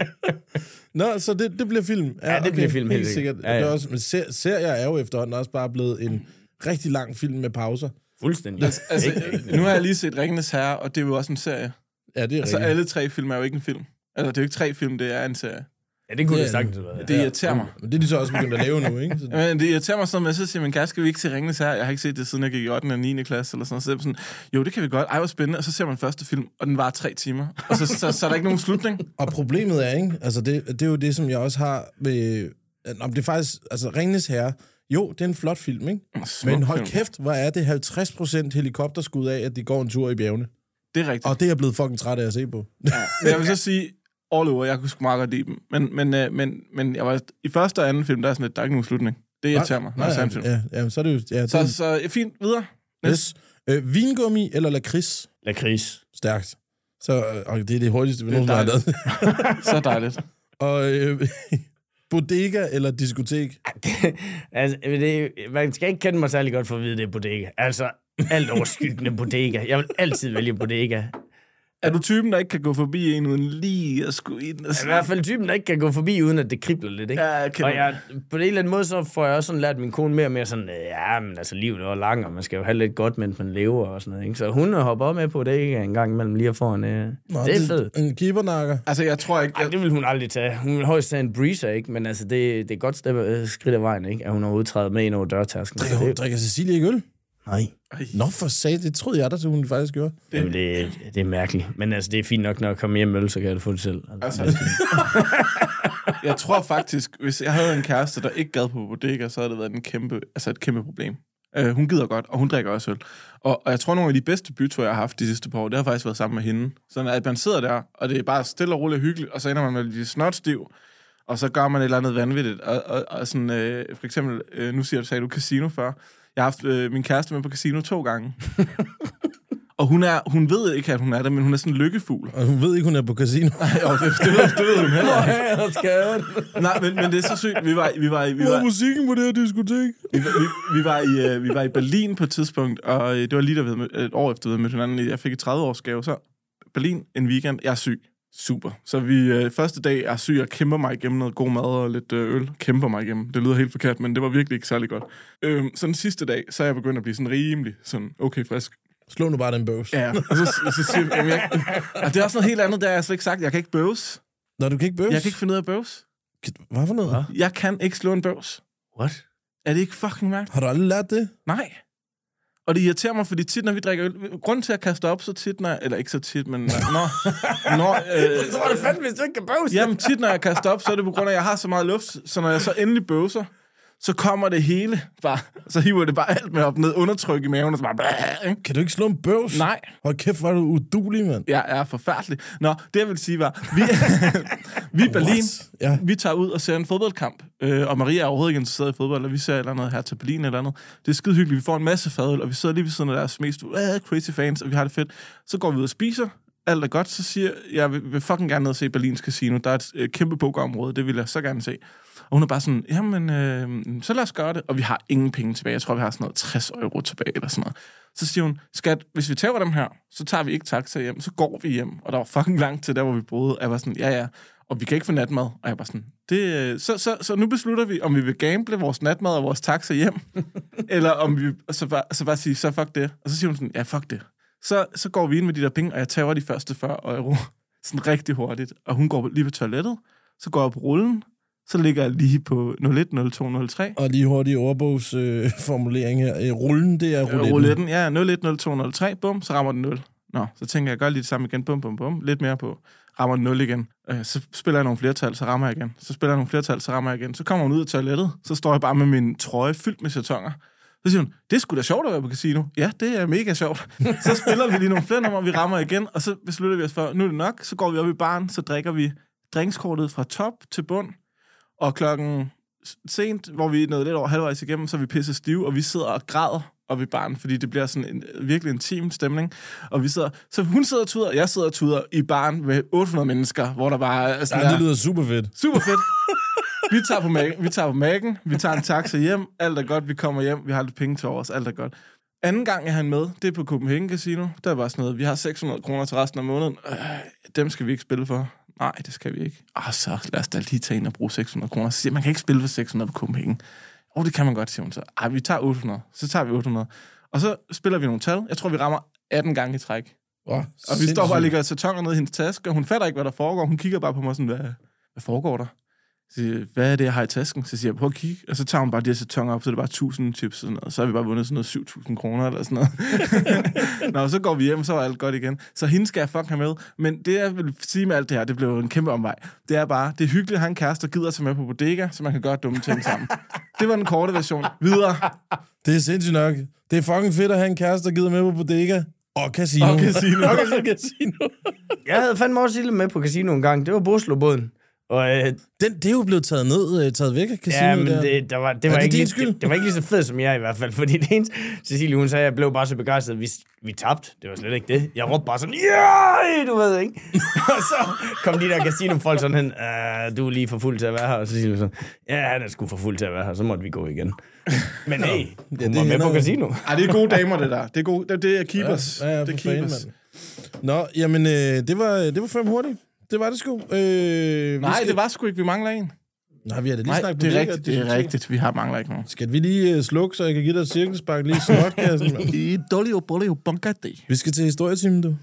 Nå, så det, det bliver film. Ja, det bliver film, helt helt sikkert. sikkert. Ja, ja. Det er også, men ser, serier er jo efterhånden også bare blevet en rigtig lang film med pauser. Fuldstændig. Altså, altså, nu har jeg lige set Ringenes Herre, og det er jo også en serie. Ja, det er Altså, rigtigt. alle tre film er jo ikke en film. Altså, det er jo ikke tre film, det er en serie. Ja, det kunne Ja, det sagtens have været. Det irriterer mig. Men det er de så også begyndt at lave nu, ikke? Så, Men det irriterer mig sådan, at så siger min kæreste, skal vi ikke se Ringenes Herre? Jeg har ikke set det, siden jeg gik i ottende og niende klasse, eller sådan noget. Så er jeg sådan, jo, det kan vi godt. Ej, hvor spændende. Og så ser man første film, og den var tre timer. Og så, så, så er der ikke nogen slutning. og problemet er, ikke? Altså, det, det er jo det, som jeg også har ved... Om det er faktisk... Altså, Ringenes Herre... Jo, det er en flot film, ikke? Smuk Men hold film. kæft, hvor er det halvtreds procent helikopterskud af, at de går en tur i bjergene. Det er rigtigt. Og det er jeg blevet fucking træt af at se på. Ja, men jeg vil så sige, all over, jeg kunne sgu meget godt lide dem. Men, men, øh, men, men jeg var, i første og anden film, der er sådan lidt, der er ikke nogen slutning. Det irriterer mig, når jeg ser en film. Ja, ja, så er det jo... Ja, det, Så, så fint, videre. yes. øh, vingummi eller lakrids? Lakrids. Stærkt. Så, øh, og det er det hurtigste, vi Det er nogensinde har lavet. Så dejligt. Og øh, bodega eller diskotek? Altså, det, man skal ikke kende mig særlig godt for at vide, det er bodega. Altså, alt overskyggende bodega. Jeg vil altid vælge bodega. Er du typen, der ikke kan gå forbi en uden lige at skulle ind? I hvert fald typen, der ikke kan gå forbi, uden at det kribler lidt, ikke? Ja, jeg og jeg, på en eller anden måde, så får jeg også sådan lært min kone mere og mere sådan, ja, men altså, livet er langt, og man skal jo have lidt godt, mens man lever og sådan noget, ikke? Så hun hopper med på det, ikke? En gang imellem lige at få en... Øh, Nå, det er fedt. En keepernakker. Altså, jeg tror ikke... Ej, det vil hun aldrig tage. Hun vil højst tage en breezer, ikke? Men altså, det, det er godt step, skridt af vejen, ikke? At hun har udtrædet med ind over dørtasken. Drikker, hun, drikker Cecilie ikke øl? Nej. Nå, for sat, det troede jeg da, hun faktisk gjorde. Jamen, det, det er mærkeligt. Men altså, det er fint nok, når jeg kommer hjem med øl, så kan jeg det få det selv. Altså, altså. Jeg tror faktisk, hvis jeg havde en kæreste, der ikke gad på bodega, så havde det været en kæmpe, altså et kæmpe problem. Uh, hun gider godt, og hun drikker også øl. Og, og jeg tror, nogle af de bedste byture, jeg har haft de sidste par år, det har faktisk været sammen med hende. Så at man sidder der, og det er bare stille og roligt og hyggeligt, og så ender man med at blive snotstiv, og så gør man et eller andet vanvittigt. Og, og, og sådan, øh, for eksempel, øh, nu siger du, sagde du casino før. Jeg har haft øh, min kæreste med på casino to gange. Og hun, er, hun ved ikke, at hun er der, men hun er sådan en lykkefugl. Og hun ved ikke, hun er på casino. Nej, jo, det, det, ved, det ved hun heller ikke. Nej, men, men det er så sygt. Vi var, vi var, vi var, Hvor er musikken på det her diskotek? Vi, vi, vi, var i, uh, vi var i Berlin på et tidspunkt, og uh, det var lige der ved, et år efter, vi havde mødt hinanden. Jeg fik et tredive-årsgave, så Berlin en weekend. Jeg er syg. Super. Så vi uh, første dag er syg og kæmper mig igennem noget god mad og lidt uh, øl. Kæmper mig igennem. Det lyder helt forkert, men det var virkelig ikke særlig godt. Uh, så den sidste dag, så er jeg begyndt at blive sådan rimelig, sådan okay frisk. Slå nu bare den bøvs. Ja, og så, så siger jeg, jamen, jeg, og det er også noget helt andet, der har jeg slet ikke sagt. Jeg kan ikke bøvs. Nå, du kan ikke bøvs? Jeg kan ikke finde ud af bøvs. Hvad for noget? Ja. Jeg kan ikke slå en bøvs. What? Er det ikke fucking mærkeligt? Har du aldrig lært det? Nej. Og det irriterer mig, fordi tit, når vi drikker øl... Grunden til at kaste op så tit, når... Eller ikke så tit, men... Når... når øh, jeg tror, det er fandme, hvis du ikke kan bøvse. Jamen, tit, når jeg kaster op, så er det på grund af, at jeg har så meget luft. Så når jeg så endelig bøvser, så kommer det hele bare... Så hiver det bare alt med op ned, undertryk i maven, og så bare... Blæh, kan du ikke slå en bøvs? Nej. Hold kæft, hvor er du udulig, mand. Jeg er forfærdelig. Nå, det jeg vil sige var... Vi, vi i Berlin, ja. Vi tager ud og ser en fodboldkamp. Øh, og Maria er overhovedet ikke interesseret i fodbold, og vi ser et eller andet her til Berlin eller andet. Det er skide hyggeligt. Vi får en masse fadøl, og vi sidder lige ved siden af deres mest uh, crazy fans, og vi har det fedt. Så går vi ud og spiser. Alt er godt, så siger jeg, jeg vil, vil fucking gerne ned og se Berlins Casino. Der er et øh, kæmpe pokerområde, det vil jeg så gerne se. Og hun er bare sådan, jamen, øh, så lad os gøre det. Og vi har ingen penge tilbage. Jeg tror, vi har sådan noget tres euro tilbage, eller sådan noget. Så siger hun, skat, hvis vi tager dem her, så tager vi ikke taxa hjem, så går vi hjem. Og der var fucking langt til der, hvor vi boede. Og jeg var sådan, ja, ja. Og vi kan ikke få natmad. Og jeg var sådan, det, så, så, så nu beslutter vi, om vi vil gamble vores natmad og vores taxa hjem. Eller om vi, så bare, så bare sige, så fuck det. Og så siger hun sådan, ja, fuck det. Så, så går vi ind med de der penge, og jeg tager de første fyrre euro. Sådan rigtig hurtigt. Og hun går lige på toilettet. Så går jeg på rullen. Så ligger jeg lige på nul et, nul to, nul tre. Og lige hurtig ordbogsformulering øh, her. Rullen, det er rouletten. Rouletten, ja. nul et, nul to, nul tre. Bum, så rammer den nul. Nå, så tænker jeg, jeg gør lige det samme igen. Bum, bum, bum. Lidt mere på. Rammer den nul igen. Øh, så spiller jeg nogle flertal, så rammer jeg igen. Så spiller jeg nogle flertal, så rammer jeg igen. Så kommer hun ud af toilettet. Så står jeg bare med min trøje fyldt med chatonger. Så siger hun, det er sgu da sjovt at være på casino. Ja, det er mega sjovt. Så spiller vi lige nogle flere numre, vi rammer igen, og så beslutter vi os for, nu er det nok. Så går vi op i baren, så drikker vi drinkskortet fra top til bund. Og klokken sent, hvor vi er nået lidt over halvvejs igennem, så er vi pisse stive, og vi sidder og græder op i baren, fordi det bliver sådan en virkelig intim stemning. Og vi sidder, så hun sidder og tuder, og jeg sidder og tuder i baren med otte hundrede mennesker, hvor der bare er sådan ja, det lyder super fedt. Super fedt. Vi tager på Mac'en, vi tager på Mac'en, vi tager en taxa hjem, alt er godt, vi kommer hjem, vi har lidt penge til os, alt er godt. Anden gang jeg har med, det er på Copenhagen Casino, der var sådan noget, vi har seks hundrede kroner til resten af måneden, øh, dem skal vi ikke spille for. Nej, det skal vi ikke. Og så lad os da lige tage ind og bruge seks hundrede kroner. Så siger man kan ikke spille for seks hundrede på Copenhagen. Åh, oh, det kan man godt, siger hun så. Ej, vi tager otte hundrede. Så tager vi otte hundrede. Og så spiller vi nogle tal. Jeg tror, vi rammer atten gange i træk. Oh, og vi sindssygt. Står bare og lægger sætoner ned i hendes taske, og hun fatter ikke, hvad der foregår. Hun kigger bare på mig sådan, hvad, hvad foregår der? Så siger, hvad er det, jeg har i tasken? Så siger jeg, prøv at kigge. Og så tager hun bare de her sætoner op, så det er bare tusind chips. Sådan noget. Så har vi bare vundet sådan noget syv tusind kroner eller sådan noget. Nå, så går vi hjem, så er alt godt igen. Så hende skal jeg fuck have med. Men det, jeg vil sige med alt det her, det blev en kæmpe omvej. Det er bare, det er hyggeligt at have en kæreste, der gider sig med på bodega, så man kan gøre dumme ting sammen. Det var den korte version. Videre. Det er sindssygt nok. Det er fucking fedt at have en kæreste, der gider med på bodega. Og casino. Og casino. Og casino. Jeg havde fandme også Sille med på casino en gang. Det var Boslobåden. Og, øh, Den, det er jo blevet taget ned, øh, taget væk af casino. Ja, men der. det, der var, det, var det ikke din lige, skyld? det, det var ikke lige så fedt som jeg i hvert fald, fordi det eneste, Cecilie, hun sagde, at jeg blev bare så begejstret, vi, vi tabte. Det var slet ikke det. Jeg råbte bare sådan, ja, du ved, ikke? Og så kom de der casino-folk sådan hen, du er lige for fuld til at være her. Og så siger sådan, ja, han er sgu for fuld til at være her, så måtte vi gå igen. Men hey, hun ja, var med på casino. Ej, det er gode damer, det der. Det er, gode, det, det er keepers. Ja, ja, det er keepers. Nå, jamen, øh, det, var, det var fem hurtigt. Det var det sgu. Øh, Nej, skal... det var sgu ikke. Vi mangler en. Nej, vi har da lige Nej, snakket det er politik, rigtigt. Det er rigtigt. Vi har mangler ikke nogen. Skal vi lige uh, slukke, så jeg kan give dig et cirkelspark lige i snotkassen? I dolio, bolio, bunker det. Vi skal til historietimen, du.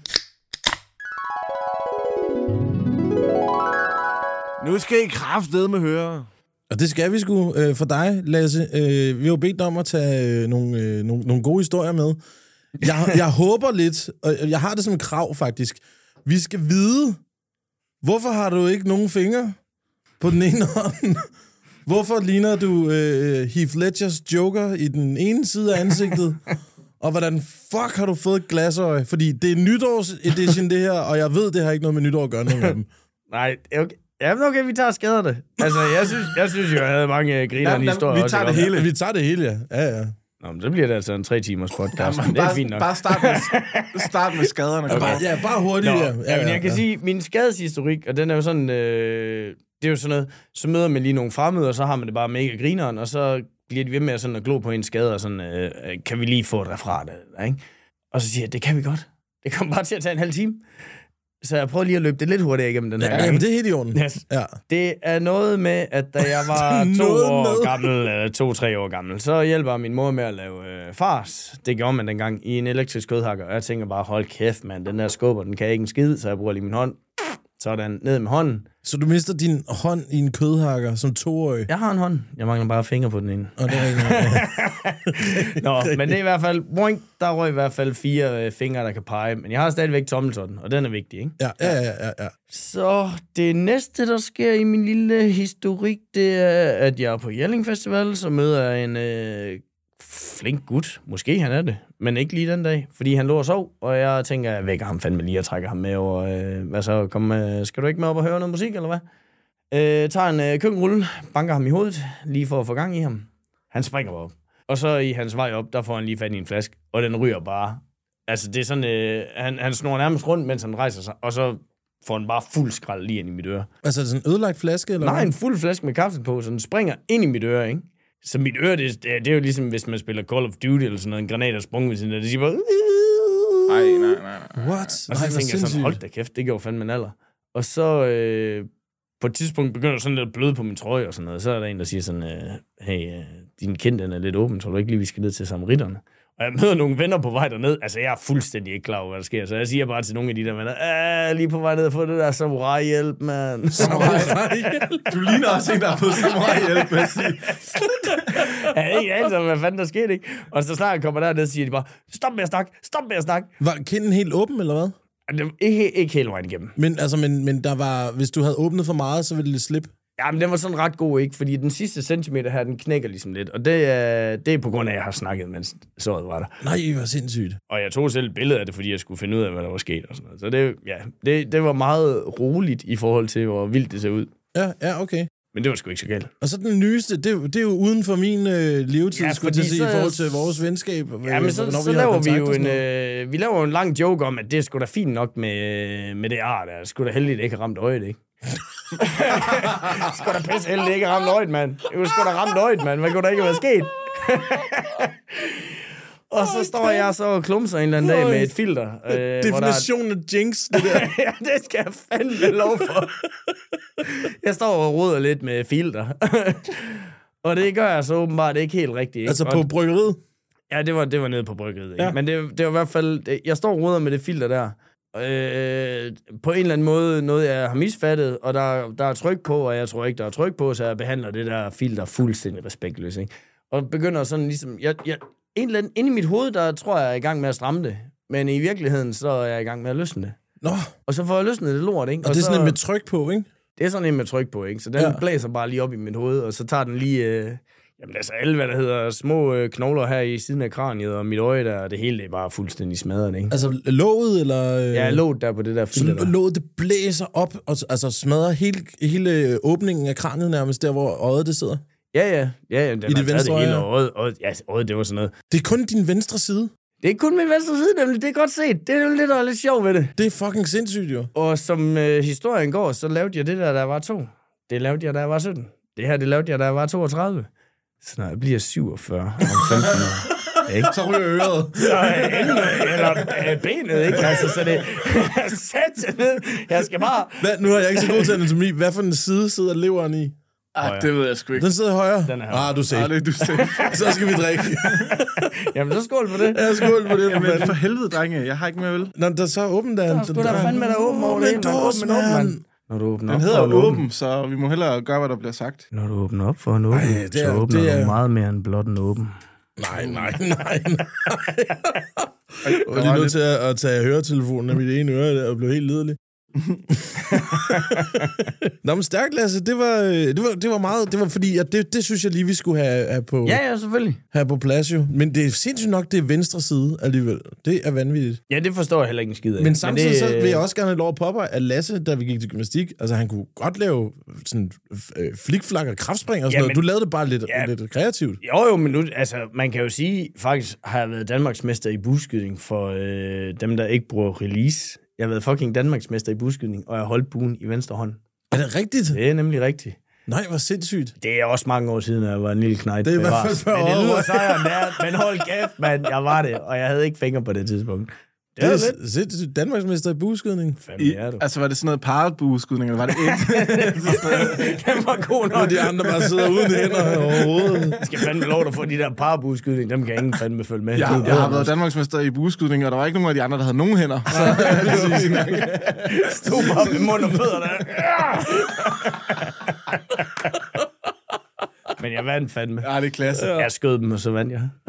Nu skal I kraftedeme høre. Og det skal vi sgu øh, for dig, Lasse. Øh, vi har jo bedt dig om at tage øh, nogle, øh, nogle, nogle gode historier med. Jeg, jeg håber lidt, og jeg har det som et krav faktisk. Vi skal vide, hvorfor har du ikke nogen fingre på den ene hånd? Hvorfor ligner du øh, Heath Ledgers Joker i den ene side af ansigtet? Og hvordan fuck har du fået et glasøje? Fordi det er nytårsedition, det her, og jeg ved, det har ikke noget med nytår at gøre nogen af dem. Nej, okay. Ja, men okay, vi tager skader det. Altså, jeg synes, jeg synes jo, jeg havde mange grinerende Ja, historier. vi tager også, det hele. Vi tager det hele, ja. Ja, ja. Nå, men så bliver det altså en tre timers podcast. Jamen, det er bare, fint nok. Bare start med, start med skaderne. Ja, bare, ja, bare hurtigt, Nå, ja. ja, ja, men ja, jeg kan ja. sige, min skadeshistorik, og den er jo sådan, øh, det er jo sådan noget, så møder man lige nogle fremmede, og så har man det bare mega grineren, og så bliver de ved med at, sådan at glo på en skade, og sådan, øh, kan vi lige få et referat af det, ikke? Og så siger jeg, det kan vi godt. Det kommer bare til at tage en halv time. Så jeg prøver lige at løbe det lidt hurtigt igennem den her Ja, gang. jamen, det er helt i orden. Yes. Ja. Det er noget med, at da jeg var to noget år med. gammel, eller to-tre år gammel, så hjælper min mor med at lave øh, fars. Det gjorde man dengang i en elektrisk kødhakker. Og jeg tænker bare, hold kæft, mand, den der skubber, den kan ikke en skid, så jeg bruger lige min hånd. Sådan, ned med hånden. Så du mister din hånd i en kødhakker som toårig? Jeg har en hånd. Jeg mangler bare fingre på den ene. Og det er ikke Nå, men det er i hvert fald, boing, der røg i hvert fald fire øh, fingre, der kan pege. Men jeg har stadigvæk tommeltotten, og den er vigtig, ikke? Ja, ja, ja, ja, ja. Så det næste, der sker i min lille historik, det er, at jeg er på Jelling Festival, så møder jeg en øh, flink gut. Måske han er det, men ikke lige den dag, fordi han lå og sov, og jeg tænker, jeg vækker ham fandme lige og trækker ham med over. Øh, hvad så, kom, øh, skal du ikke med op og høre noget musik, eller hvad? Øh, tager en øh, køkkenrulle, banker ham i hovedet, lige for at få gang i ham. Han springer op. Og så i hans vej op, der får han lige fat i en flaske, og den ryger bare. Altså, det er sådan, øh, han, han snor nærmest rundt, mens han rejser sig, og så får den bare fuld skrald lige ind i mit øre. Altså, er det sådan en ødelagt flaske, eller Nej, hvad? en fuld flaske med kaffe på, så den springer ind i mit øre, ikke? Så mit øre, det, det er jo ligesom, hvis man spiller Call of Duty eller sådan noget, en granat er sprunget ved siden af, det siger bare... Nej, nej, nej, nej. What? Og så Nej, hvor tænker jeg sådan, sindssygt. hold da kæft, det gjorde fandme en alder. Og så øh, på et tidspunkt begynder der sådan lidt blød på min trøje og sådan noget. Så er der en, der siger sådan, øh, hey, øh, din kind den er lidt åben, tror du ikke lige, vi skal ned til samaritterne? Og jeg møder nogle venner på vej derned. Altså, jeg er fuldstændig ikke klar over, hvad der sker. Så jeg siger bare til nogle af de der venner, ah, lige på vej ned og få det der samurai-hjælp, mand. Samurai-hjælp? Du ligner også en, der er på samurai-hjælp, vil jeg sige. Jeg er ikke anelse om, hvad fanden der skete, ikke? Og så snart jeg kommer derned, siger de bare, stop med at snakke, stop med at snakke. Var kinden helt åben, eller hvad? Og det var ikke, ikke hele vejen igennem. Men, altså, men, men der var, hvis du havde åbnet for meget, så ville det slippe. Ja, men den var sådan ret god, ikke? Fordi den sidste centimeter her, den knækker ligesom lidt. Og det er, det er på grund af, at jeg har snakket, mens såret var der. Nej, hvor sindssygt. Og jeg tog selv et billede af det, fordi jeg skulle finde ud af, hvad der var sket og sådan noget. Så det, ja, det, det var meget roligt i forhold til, hvor vildt det ser ud. Ja, ja, okay. Men det var sgu ikke så galt. Og så den nyeste, det, er jo- det er jo uden for min øh, levetid, Ja, ja, skulle jeg til at fordi sige, i så- forhold til vores venskab. Ja, men så, hvornår så har laver vi kontakt jo og sådan en, noget. øh, vi laver jo en lang joke om, at det er sgu da fint nok med, med det ar der. Sgu da heldigt, det ikke har ramt øjet, ikke? Sgu da pisse heldigt, det ikke har ramt øjet, mand. Det var sgu da ramt øjet, mand. Hvad kunne der ikke være sket? Og så står jeg så og klumser en eller anden dag med et filter. Øh, hvor der er- Definitionen af jinx, det der. ja, det skal jeg fandme lov for. Jeg står og roder lidt med filter. Og det gør jeg så åbenbart ikke helt rigtigt. Ikke? Altså Og- på bryggeriet. Ja, det var, det var nede på bryggeriet. Ikke? Ja. Men det, det var i hvert fald... Det, jeg står og roder med det filter der. Øh, på en eller anden måde noget, jeg har misfattet, og der, der er tryk på, og jeg tror ikke, der er tryk på, så jeg behandler det der filter fuldstændig respektløst. Ikke? Og begynder sådan ligesom... Jeg, jeg, en eller anden, inde i mit hoved, der tror jeg, jeg er i gang med at stramme det. Men i virkeligheden, så er jeg i gang med at løsne det. Nå, Og så får jeg løsnet det lort, ikke? og det er så, sådan en med tryk på, ikke? det er sådan en med tryk på, ikke? Så den Ja. ja. blæser bare lige op i mit hoved, og så tager den lige... Øh, jamen altså alle, hvad der hedder, små øh, knogler her i siden af kraniet, og mit øje der, det hele det er bare fuldstændig smadret, ikke? Altså låget, eller... Øh, Jeg er lågt der på det der filter så der. låget, det blæser op, og altså smadrer hele, hele åbningen af kraniet nærmest, der hvor øjet det sidder. Ja, ja. Ja, ja, den I har det taget venstre det hele øje? øjet. øjet. Ja, øjet, det var sådan noget. Det er kun din venstre side. Det er kun min venstre side, nemlig. Det er godt set. Det er jo lidt, der er lidt sjovt ved det. Det er fucking sindssygt, jo. Og som øh, historien går, så lavede jeg det der, da jeg var to. Det lavede jeg, da jeg var sytten. Det her, det lavede jeg, da jeg var toogtredive. Så når jeg bliver syvogfyrre om femten år. Ikke? Så ryger øret. Så øh, enden, eller øh, benet, ikke? Altså, så det... Sæt ned. Jeg skal bare... Hvad, nu har jeg ikke så god til anatomi. Hvad for en side sidder leveren i? Ah, det ved jeg sgu ikke. Den sidder højre? Den er højre. Ah, du er safe. Ah, det er du safe. Så skal vi drikke. Jamen, så skål på det. Ja, skål på det. Jamen, for helvede, drenge. Jeg har ikke mere øl. Nå, der er så åben der. Der skulle der fandme der åben over det. Men dås, mand. Når du åbner Den op hedder for en jo åben. åben, så vi må hellere gøre, hvad der bliver sagt. Når du åbner op for en åben, Ej, det er- så åbner det er- du meget mere end blot en åben. Nej, nej, nej, nej. Jeg var lige nødt til at, at tage høretelefonen af mit ene øre der, og blev helt lidelig. Nå, men stærkt, Lasse. Det var, det var, det var meget... Det var fordi, at det, det synes jeg lige, vi skulle have, have, på, Ja, ja, selvfølgelig. have på plads jo. Men det er sindssygt nok, det er venstre side alligevel. Det er vanvittigt. Ja, det forstår jeg heller ikke en skid af. Men samtidig det, så vil jeg også gerne have lov at påpege, at Lasse, da vi gik til gymnastik, altså han kunne godt lave sådan øh, flikflak og kraftspring og sådan Ja, noget. men- Du lavede det bare lidt, Ja. lidt kreativt. Jo, jo, men nu, altså, man kan jo sige, faktisk har jeg været Danmarksmester i bueskydning for øh, dem, der ikke bruger release. Jeg har været fucking Danmarksmester i bueskydning, og jeg har holdt buen i venstre hånd. Er det rigtigt? Det er nemlig rigtigt. Nej, hvor sindssygt. Det er også mange år siden, at jeg var en lille knejt. Det er i hvert fald bevares. før Men det år. lyder sejren der. Men hold kæft, mand. Jeg var det, og jeg havde ikke fingre på det tidspunkt. Det Det var er lidt. sindssygt. Danmarksmester i bueskydning. Fandme I, er du. altså, var det sådan noget parabueskydning, eller var det et? Den var god Hvor nok. de andre bare sidder uden hænder overhovedet. Jeg skal fandme lov at få de der parbueskydning. Dem kan ingen fandme følge med. Jeg, jeg har været Danmarksmester i bueskydning, og der var ikke nogen af de andre, der havde nogen hænder. Så, Stod bare med mund og fødder der. Men jeg vandt fandme. ja, det er klasse. Jeg skød dem, og så vandt jeg.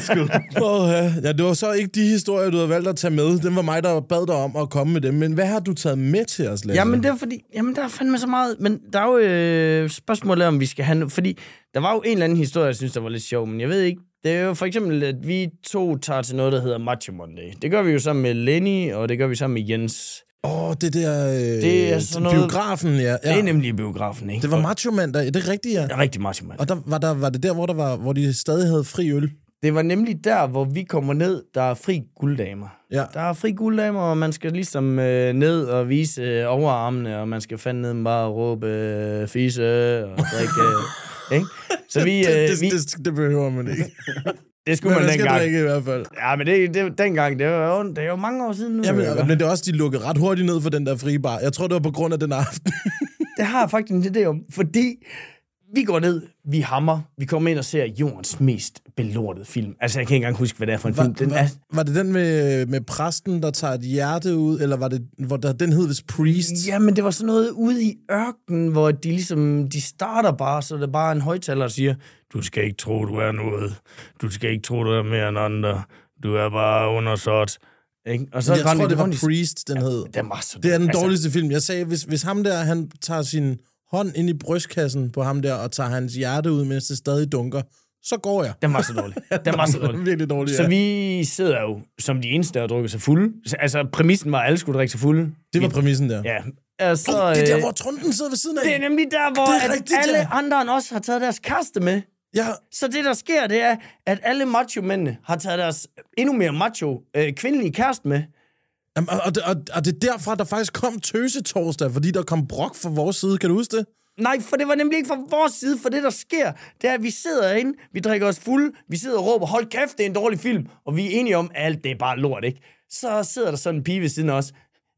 Åh, ja. ja, det var så ikke de historier, du havde valgt at tage med. Det var mig, der bad dig om at komme med dem. Men hvad har du taget med til os, Lasse? Jamen, det er fordi... Jamen, der er fandme så meget... Men der er jo øh, spørgsmålet om, vi skal have... no- Fordi der var jo en eller anden historie, jeg synes, der var lidt sjov, men jeg ved ikke... Det er jo for eksempel, at vi to tager til noget, der hedder Macho Monday. Det gør vi jo sammen med Lenny, og det gør vi sammen med Jens. Åh, oh, det der... Øh, Det er sådan noget- biografen, ja. ja. Det er nemlig i biografen, ikke? Det var Macho Mandag, det er rigtigt, ja. Det er rigtig Macho Monday. Og der var, der, var det der, hvor, der var, hvor de stadig havde fri øl? Det var nemlig der, hvor vi kommer ned, der er fri gulddamer. Ja. Der er fri gulddamer, og man skal ligesom øh, ned og vise øh, overarmene, og man skal fandme bare råbe øh, fise og drikke, øh, ikke? Så vi... Øh, det, det, vi det, det behøver man ikke. det skulle Men man man skal dengang. drikke i hvert fald. Ja, men det, det dengang, det var jo, det er jo mange år siden nu. Jamen, ikke? men det er også, de lukkede ret hurtigt ned for den der frie bar. Jeg tror, det var på grund af den aften. Det har jeg faktisk en idé om, fordi vi går ned, vi hammer, vi kommer ind og ser jordens mest belortede film. Altså, jeg kan ikke engang huske, hvad det er for en film. Den er, Var, var det den med, med præsten, der tager et hjerte ud, eller var det, hvor der, den hed vist Priest? jamen, det var sådan noget ude i ørkenen, hvor de ligesom, de starter bare, så det er bare en højtaler, der siger, du skal ikke tro, du er noget. Du skal ikke tro, du er mere end andre. Du er bare undersåt. Ikke? Og så Jeg tror, rendte de det var rundt i- Priest, den hed. Den var så Det er den altså, dårligste film. Jeg sagde, hvis, hvis ham der, han tager sin hånd ind i brystkassen på ham der, og tager hans hjerte ud, mens det stadig dunker, så går jeg. Den var så dårlig. Den var så Den var dårlig. virkelig dårlig, Så ja. vi sidder jo som de eneste, der har drukket sig fulde. Altså, præmissen var, at alle skulle drikke sig fulde. Det var præmissen der. Ja. Altså, Oh, det er der, øh, hvor trunden sidder ved siden af. det er nemlig der, hvor Det er at rigtigt, alle ja. andre end os har taget deres kæreste med. Ja, Så det, der sker, det er, at alle macho-mændene har taget deres endnu mere macho øh, kvindelige kæreste med. Jamen, og, og, og, og det er derfra, der faktisk kom tøsetorsdag, fordi der kom brok fra vores side. Kan du huske det? Nej, for det var nemlig ikke fra vores side, for det, der sker, det er, at vi sidder herinde, vi drikker os fulde, vi sidder og råber, hold kæft, det er en dårlig film, og vi er enige om, at alt det er bare lort, ikke? Så sidder der sådan en pige ved siden af os,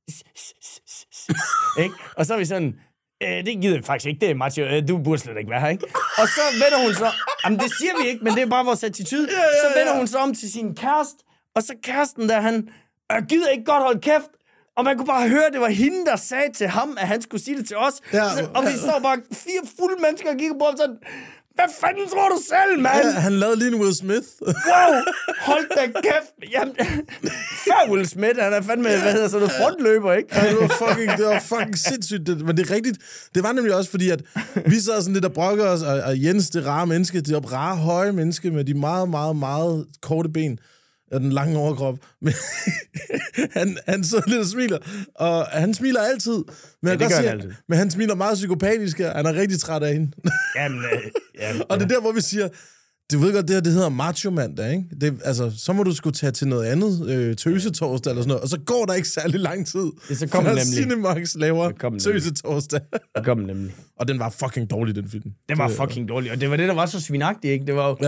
ikke? Og så er vi sådan, øh, det gider vi faktisk ikke, det er macho, øh, du burde slet ikke være her, ikke? Og så vender hun så, jamen det siger vi ikke, men det er bare vores attitude, så vender hun så om til sin kæreste, og så kæresten der, han, jeg gider ikke godt holde kæft. Og man kunne bare høre, at det var hende, der sagde til ham, at han skulle sige det til os. Ja. Så, og vi står bare fire fulde mennesker og kigger på ham sådan, hvad fanden tror du selv, mand? Ja, han lavede lige en Will Smith. Wow, hold da kæft. Jamen, før Will Smith, han er fandme, hvad hedder sådan noget, frontløber, ikke? Ja, det var fucking, det var fucking sindssygt. Det, men det er rigtigt. Det var nemlig også fordi, at vi sad sådan lidt og brokkede os, og, og Jens, det rare menneske, det rare høje menneske med de meget, meget, meget korte ben og den lange overkrop. Men han, han sidder lidt og smiler, og han smiler altid. Men, Ja, jeg det kan gør godt han sige, altid. men han smiler meget psykopatisk, og han er rigtig træt af hende. Jamen, øh, jamen, Og det er der, hvor vi siger, du ved godt, det her, det hedder Macho Mandag, ikke? Det, altså, så må du skulle tage til noget andet, øh, tøsetorsdag eller sådan noget, og så går der ikke særlig lang tid, Ja, så kommer før nemlig. Cinemax laver Så kommer nemlig. tøsetorsdag. det kom nemlig. Og den var fucking dårlig, den film. Det var Så, fucking dårligt, og det var det, der var så svinagtigt, ikke? Det var jo, Ja.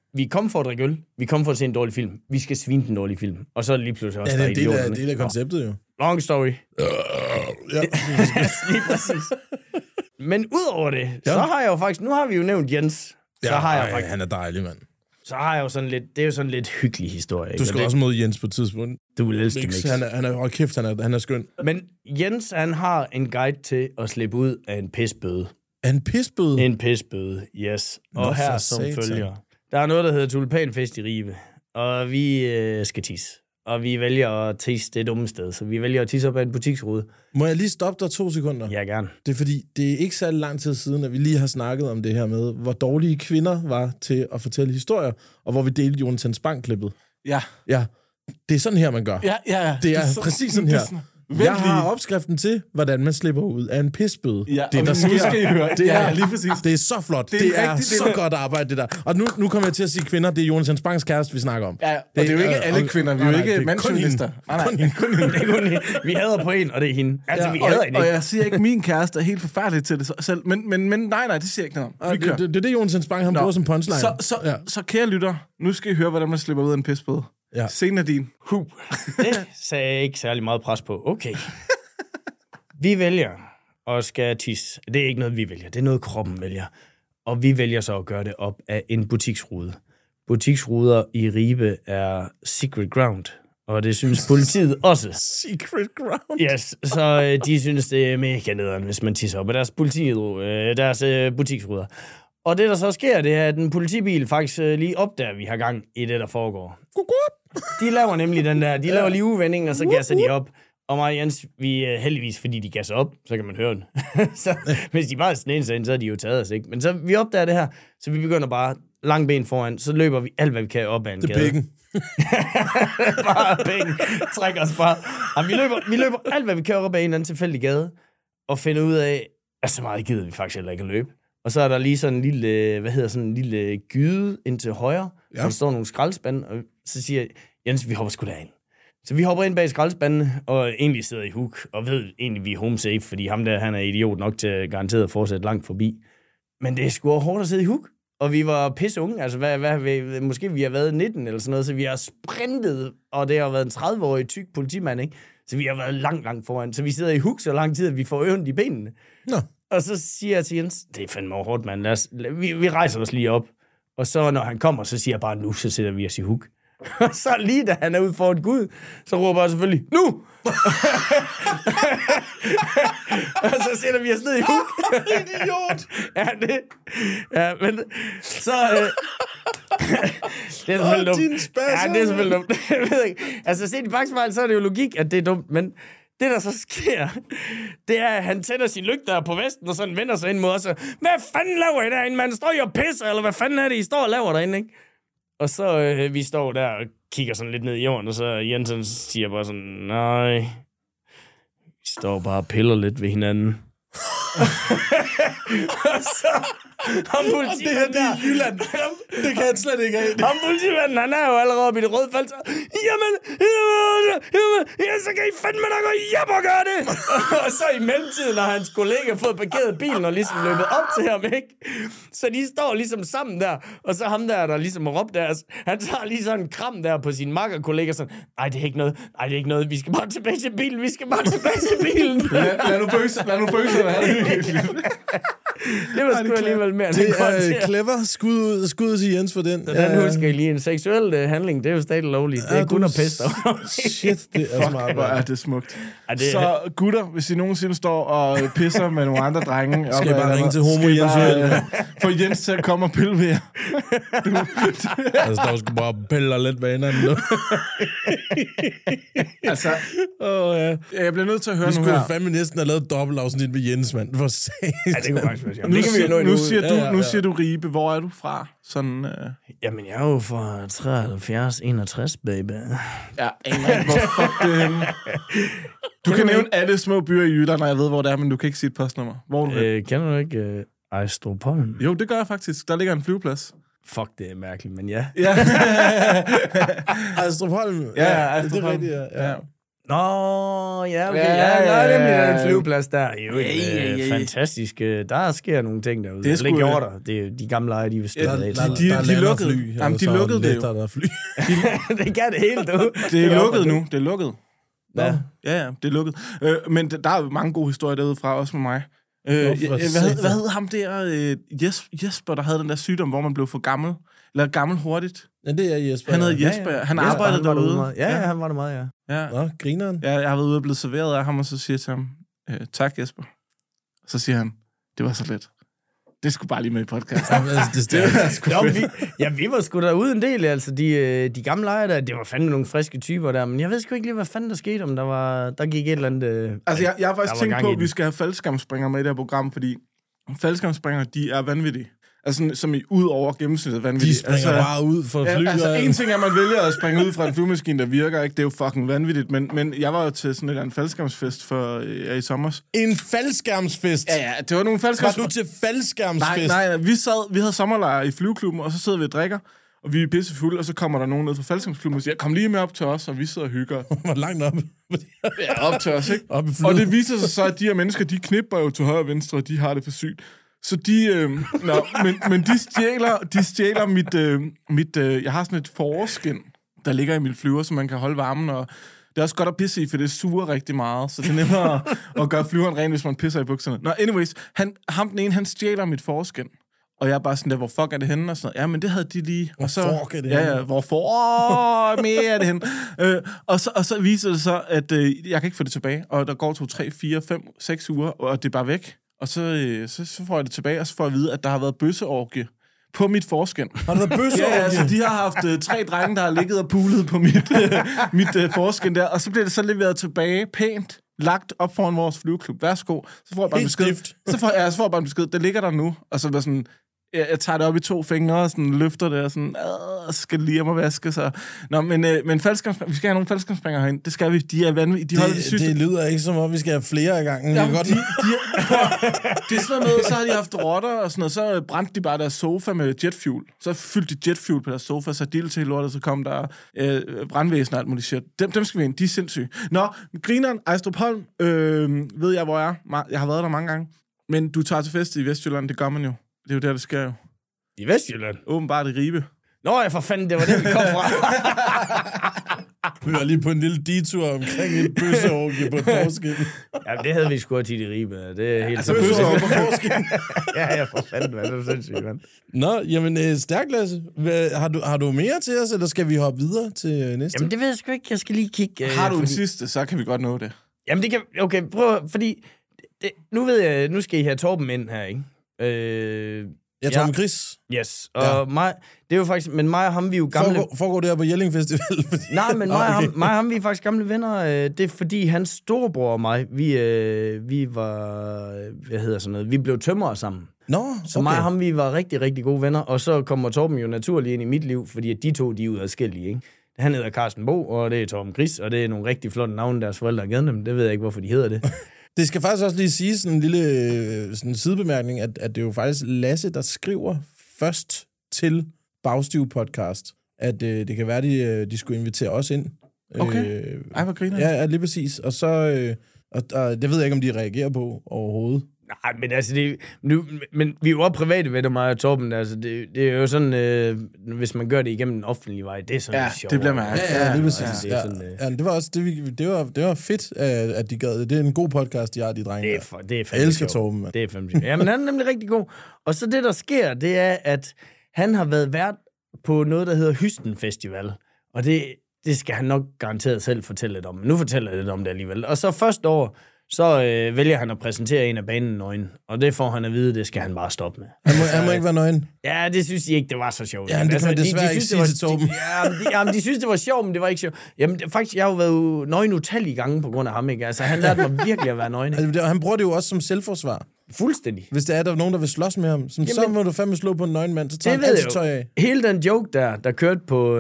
vi kom for at drikke øl, vi kom for at se en dårlig film, vi skal svine den dårlige film. Og så lige pludselig også Ja, der det er en del af, idioterne. del af konceptet jo. Long story. Ja. Lige præcis. Men udover det, Ja. så har jeg jo faktisk, nu har vi jo nævnt Jens, så Ja, har jeg ej, faktisk, han er dejlig, mand. så har jeg jo sådan lidt, det er jo sådan lidt hyggelig historie. Du ikke? skal Og det, også møde Jens på et tidspunkt. du vil elske Mix, Mix. han er, han er, hold kæft, han er, han er skøn. Men Jens, han har en guide til at slippe ud af en pisbøde. Er han pisbøde? En pisbøde, yes. Og Nå, her for som satan. følger. Der er noget, der hedder Tulipanfest i Ribe, og vi øh, skal tisse. Og vi vælger at tisse det dumme sted, så vi vælger at tisse op ad en butiksrude. Må jeg lige stoppe dig to sekunder? Ja, gerne. Det er fordi, det er ikke særlig lang tid siden, at vi lige har snakket om det her med, hvor dårlige kvinder var til at fortælle historier, og hvor vi delte Jonathan Spang-klippet. Ja. Ja, det er sådan her, man gør. Ja, ja, ja. Det er, så- præcis sådan det er her. sådan- Jeg Vent har lige. opskriften til, hvordan man slipper ud af en pisbøde. Ja, det, og der nu sker, skal I høre. det er, Ja, lige præcis. Det er så flot. Det, Det er det er, rigtigt, det så er- godt arbejde, det der. Og nu, nu kommer jeg til at sige kvinder. Det er Jonathan Spangs kæreste, vi snakker om. Ja, og det er jo ikke øh, alle og- kvinder. Vi er nej, jo nej, ikke det er kun mandsjournalister. hende. Nej, nej. Kun hende. Det er kun hende. Vi hader på en, og det er hende. Altså, Ja, vi og, hader jeg, hende og ikke. jeg siger ikke, at min kæreste er helt forfærdelig til det selv. Men, men, men nej, nej, det siger jeg ikke noget om. Og Vi det, kører. det, det er det, Jonathan Spang, han Nå. bruger som punchline. Så, så, ja. ja. så kære lytter, nu skal I høre, hvordan man slipper ud af en pisbøde. Ja. Scenen er din. Huh. Det sagde jeg ikke særlig meget pres på. Okay. Vi vælger at skal tisse. Det er ikke noget, vi vælger. Det er noget, kroppen vælger. Og vi vælger så at gøre det op af en butiksrude. Butiksruder i Ribe er secret ground. Og det synes politiet også. Secret ground. Yes, så øh, de synes, det er mega nederen, hvis man tisser op af deres, politi, øh, deres øh, butiksruder. Og det, der så sker, det er, at en politibil faktisk øh, lige opdager, at vi har gang i det, der foregår. De laver nemlig den der, de laver lige uvendingen, og så gasser de op. Og mig og Jens, vi er heldigvis, fordi de gasser op, så kan man høre den. Så hvis de bare snæner sig ind, så er de jo taget os, ikke? Men så vi opdager det her, så vi begynder bare lang ben foran, så løber vi alt, hvad vi kan op ad en Det er gade. pikken. Bare penge. Trækker os bare. Og vi løber, vi løber alt, hvad vi kan op ad en eller anden tilfældig gade, og finder ud af, at så meget gider vi faktisk heller ikke at løbe. Og så er der lige sådan en lille, hvad hedder sådan en lille gyde ind til højre, ja. Og der står nogle skraldespande, og så siger jeg, Jens, vi hopper sgu derind. Så vi hopper ind bag skraldespandene, og egentlig sidder i hook, og ved egentlig, vi er home safe, fordi ham der, han er idiot nok til garanteret at fortsætte langt forbi. Men det er sgu hårdt at sidde i hook. Og vi var pisse unge, altså hvad, hvad, hvad, måske vi har været nitten eller sådan noget, så vi har sprintet, og det har været en tredive-årig tyk politimand, ikke? Så vi har været langt, langt foran. Så vi sidder i hook så lang tid, at vi får øven i benene. Nå. Og så siger jeg til Jens, det er fandme hårdt, mand. Lad os, lad, vi, vi rejser os lige op. Og så når han kommer, så siger jeg bare, nu så sætter vi os i hook. Og så lige da han er ude foran Gud, så råber jeg selvfølgelig, nu! Og så sætter vi os ned i hook. Idiot! Ja, det... Ja, men... Så... Øh, det er selvfølgelig dumt. din spasser. Ja, det er selvfølgelig dumt. Jeg ved ikke. Altså, set i bagspejlet, så er det jo logik, at det er dumt, men... Det, der så sker, det er, at han tænder sin lygter på vesten, og sådan vender sig ind mod os. Og, hvad fanden laver I derinde, man? Står I og pisser, eller hvad fanden er det, I står og laver derinde, ikke? Og så øh, vi står der og kigger sådan lidt ned i jorden, og så Jensen siger bare sådan, nej, vi står bare og piller lidt ved hinanden. Og så ham politimanden der... Det er Jylland. Det kan han slet ikke have. Ham politimanden, han er jo allerede oppe i det røde felt. Så, jamen, jamen, jamen, ja, så kan I fandme da gå hjem og gøre det. Og så i mellemtiden, når hans kollega har fået parkeret bilen og ligesom løbet op til ham, ikke? Så de står ligesom sammen der, og så ham der, der ligesom har råbt deres, han tager lige sådan en kram der på sin makkerkollega, sådan, nej, det er ikke noget, nej, det er ikke noget, vi skal bare tilbage til bilen, vi skal bare tilbage til bilen. Lad, lad nu bøse, lad nu bøse, det er Det var sgu alligevel mere end Det en grund til er at- clever. Skud ud, skud til Jens for den. Så den husker I lige. En seksuel uh, handling, det er jo stadig lovligt. Det er Ja, kun du- at peste over. Shit, det er smart. Hvor er mand. det smukt. Ja, det- Så gutter, hvis I nogensinde står og pisser med nogle andre drenge... Skal I bare ringe til Homo Jens Jens? Få Jens til at komme og pille ved jer. Altså, der skal bare pille lidt ved hinanden nu. Altså, Åh, ja. jeg bliver nødt til at høre Vi nu skulle her. fandme næsten have lavet et dobbeltafsnit med Jens, mand. For satan. Ja, det kunne faktisk være sjovt. Nu, Det kan vi jo nå siger, i nu, uge. siger du, Ja, ja, nu ja. siger du Ribe. Hvor er du fra? Sådan, øh... Jamen, jeg er jo fra treoghalvfjerds enogtres, baby. Ja, aner ikke, hvor fuck det er henne. Du kan nævne alle små byer i Jylland, og jeg ved, hvor det er, men du kan ikke sige et postnummer. Hvor er du øh, Øh, kender du ikke uh, Ejstrupholm? Jo, det gør jeg faktisk. Der ligger en flyveplads. Fuck, det er mærkeligt, men ja. Ja, Ejstrupholm. ja, ja, det er Ejstrupholm. rigtigt, ja. ja. Ja. Nå, ja, okay. Ja, Ja, ja, ja, ja, nemlig ja. den flyveplads der. Det er jo Ja, ja, øh, ja, ja. fantastisk. øh, Der sker nogle ting derude. Det er Eller ikke sgu, gjort der. Det er, de gamle ejere, de vil stille Ja, af. de- Der, de- der de lander lukkede. Fly, Jamen, og de så lukkede det jo. letter der fly. Det kan det hele, du. Det er lukket nu. Det er lukket. Ja. Ja, ja, det er lukket. Øh, men der er jo mange gode historier derude fra, også med mig. Øh, Nå, jeg, for hvad, hed, satan. hvad hed ham der, øh, Jes, Jesper, der havde den der sygdom, hvor man blev for gammel? Eller gammel hurtigt? Ja, det er Jesper. Han hed ja. Jesper. Han Jesper, arbejdede han var derude. meget. Ja, ja, han var der meget, ja. Ja. Nå, grineren. Ja, jeg har været ude og blevet serveret af ham, og så siger jeg til ham, øh, tak Jesper. Så siger han, det var så let. Det skulle bare lige med i podcasten. Ja, altså, det, det, er sgu Jo, fedt. vi, ja, vi var sgu derude en del, altså. De, øh, de gamle ejere der, det var fandme nogle friske typer der, men jeg ved sgu ikke lige, hvad fanden der skete, om der var, der gik et eller andet... Øh, Altså, jeg, jeg har faktisk der var tænkt gang på, i at vi den. skal have faldskærmsspringere med i det her program, fordi faldskærmsspringere, de er vanvittige. Altså, sådan, som i ud over gennemsnittet vanvittige. De springer altså, bare ud for fly. Ja, altså, og- en ting er, at man vælger at springe ud fra en flyvemaskine, der virker, ikke? Det er jo fucking vanvittigt. Men, men jeg var jo til sådan en eller anden faldskærmsfest for, øh, i sommer. En faldskærmsfest. Ja, ja, det var nogle Var faldskærms... du til faldskærmsfest? Nej, nej, nej, vi, sad, vi havde sommerlejr i flyveklubben, og så sidder vi og drikker, og vi er pissefulde, og så kommer der nogen ned fra faldskærmsklubben og siger, kom lige med op til os, og vi sidder og hygger. Hvor langt op? Ja, op til os, ikke? Op i Og flyet. det viser sig så, at de her mennesker, de knipper jo til højre og venstre, og de har det for sygt. Så de, øh, nå, men, men de stjæler, de stjæler mit, øh, mit øh, jeg har sådan et forårskin, der ligger i min flyver, så man kan holde varmen, og det er også godt at pisse i, for det suger rigtig meget, så det er nemmere at, at gøre flyveren ren, hvis man pisser i bukserne. Nå, anyways, han, ham den ene, han stjæler mit forårskin. Og jeg er bare sådan der, hvor fuck er det henne? Og sådan noget. Ja, men det havde de lige. Hvor og så, fuck er det ja, henne? ja, hvor for mere er det henne? øh, og, så, og så viser det så, at øh, jeg kan ikke få det tilbage. Og der går to, tre, fire, fem, seks uger, og det er bare væk. Og så, øh, så, så får jeg det tilbage, og så får jeg at vide, at der har været bøsseorgie på mit forskin. Har du været bøsse? Ja, altså, de har haft øh, tre drenge, der har ligget og pulet på mit, øh, mit øh, forskin der, og så bliver det så leveret tilbage, pænt, lagt op foran vores flyveklub. Værsgo. Så får jeg bare en Helt besked. stift. Så får, ja, så får jeg bare en besked. Det ligger der nu. Og så var sådan, jeg, jeg tager det op i to fingre og sådan, løfter det og sådan, og så skal det lige hjem og vaske sig. Nå, men, øh, men faldskærmsspringere, vi skal have nogle faldskærmsspringere herinde. Det skal vi. De er vanvittige. De holder det Det, sidste. det lyder ikke som om, vi skal have flere af gangen. Jamen, Godt. de, de, det er sådan noget med, så har de haft rotter og sådan noget, så brændte de bare deres sofa med jetfuel. Så fyldte de jetfuel på deres sofa, så dild til lortet, så kom der øh, brandvæsen og alt muligt shit. Dem, dem skal vi ind, de er sindssyge. Nå, grineren, Ejstrup Holm, øh, ved jeg, hvor jeg er. Jeg har været der mange gange. Men du tager til fest i Vestjylland, det gør man jo. Det er jo der, det sker jo. I Vestjylland. Åbenbart i Ribe. Nå, ja, for fanden, det var det, vi kom fra. Vi var lige på en lille detur omkring en bøsseorgie på forskin. Ja, det havde vi sgu tit i Ribe. Det er helt Altså, så Bøsseorgie på forskin. Ja, ja, for fanden, hvad er det sindssygt, mand. Nå, jamen, øh, stærkt, Lasse. Hvad- Har du, har du mere til os, eller skal vi hoppe videre til øh, næste? Jamen, det ved jeg sgu ikke. Jeg skal lige kigge. øh, Har du en fordi... sidste, så kan vi godt nå det. Jamen, det kan... Okay, prøv, fordi... Det, nu ved jeg, nu skal I have Torben ind her, ikke? Øh, Jeg tager med Chris. Yes, og Ja. mig... Det er jo faktisk... Men mig og ham, vi er jo gamle... Foregår, foregår det her på Jelling Festival? Fordi... Nej, men mig, Ah, og ham, okay. mig og ham, vi er faktisk gamle venner. Øh, Det er fordi, hans storebror og mig, vi, øh, vi var... Hvad hedder sådan noget? Vi blev tømrere sammen. Nå, Så okay. mig og ham, vi var rigtig, rigtig gode venner. Og så kommer Torben jo naturligt ind i mit liv, fordi at de to, de er udadskillige, ikke? Han hedder Carsten Bo, og det er Torben Gris, og det er nogle rigtig flotte navne, deres forældre har givet dem. Det ved jeg ikke, hvorfor de hedder det. Det skal faktisk også lige sige sådan en lille øh, sådan en sidebemærkning, at, at det er jo faktisk Lasse, der skriver først til Bagstiv Podcast, at øh, det kan være, de, øh, de skulle invitere os ind. Okay. Øh, Ej, hvor griner ja, ja, lige præcis. Og så... Øh, og, og det ved jeg ikke, om de reagerer på overhovedet. Nej, men altså, det, nu, men vi er jo også private ved det, mig og Torben. Altså, det, det er jo sådan, øh, hvis man gør det igennem en offentlig vej, det er sådan Ja, lidt sjovt. det bliver mærkeligt. Ja, ja, lige præcis. Ja, Ja, det er sådan, øh, ja, det var også det, vi, det var, det var fedt, at at de gad det. Det er en god podcast, de har, de drenge. Det er, der. for, det er Jeg fandme elsker sjovt. Torben, mand. Det er fandme sjovt. Ja, men han er nemlig rigtig god. Og så det, der sker, det er, at han har været vært på noget, der hedder Hysten Festival. Og det, det skal han nok garanteret selv fortælle lidt om. Men nu fortæller jeg lidt om det alligevel. Og så første år, så øh, vælger han at præsentere en af banen nøgen. Og det får han at vide, det skal han bare stoppe med. Han må, han må ikke være nøgen. Ja, det synes de ikke, det var så sjovt. Ja, men det kan man desværre ikke synes, sige det til var, Torben. De, ja, men de, jamen, de synes, det var sjovt, men det var ikke sjovt. Jamen, det, faktisk, jeg har jo været nøgen utallige gange på grund af ham, ikke? Altså, han lærte mig virkelig at være nøgen. Ikke? Altså, det- han bruger det jo også som selvforsvar. Fuldstændig. Hvis der er der er nogen, der vil slås med ham, så, så Jamen, må du fandme slå på en nøgen mand, så tager Det han ved altid tøj jeg af. jo. Hele den joke der, der kørte på,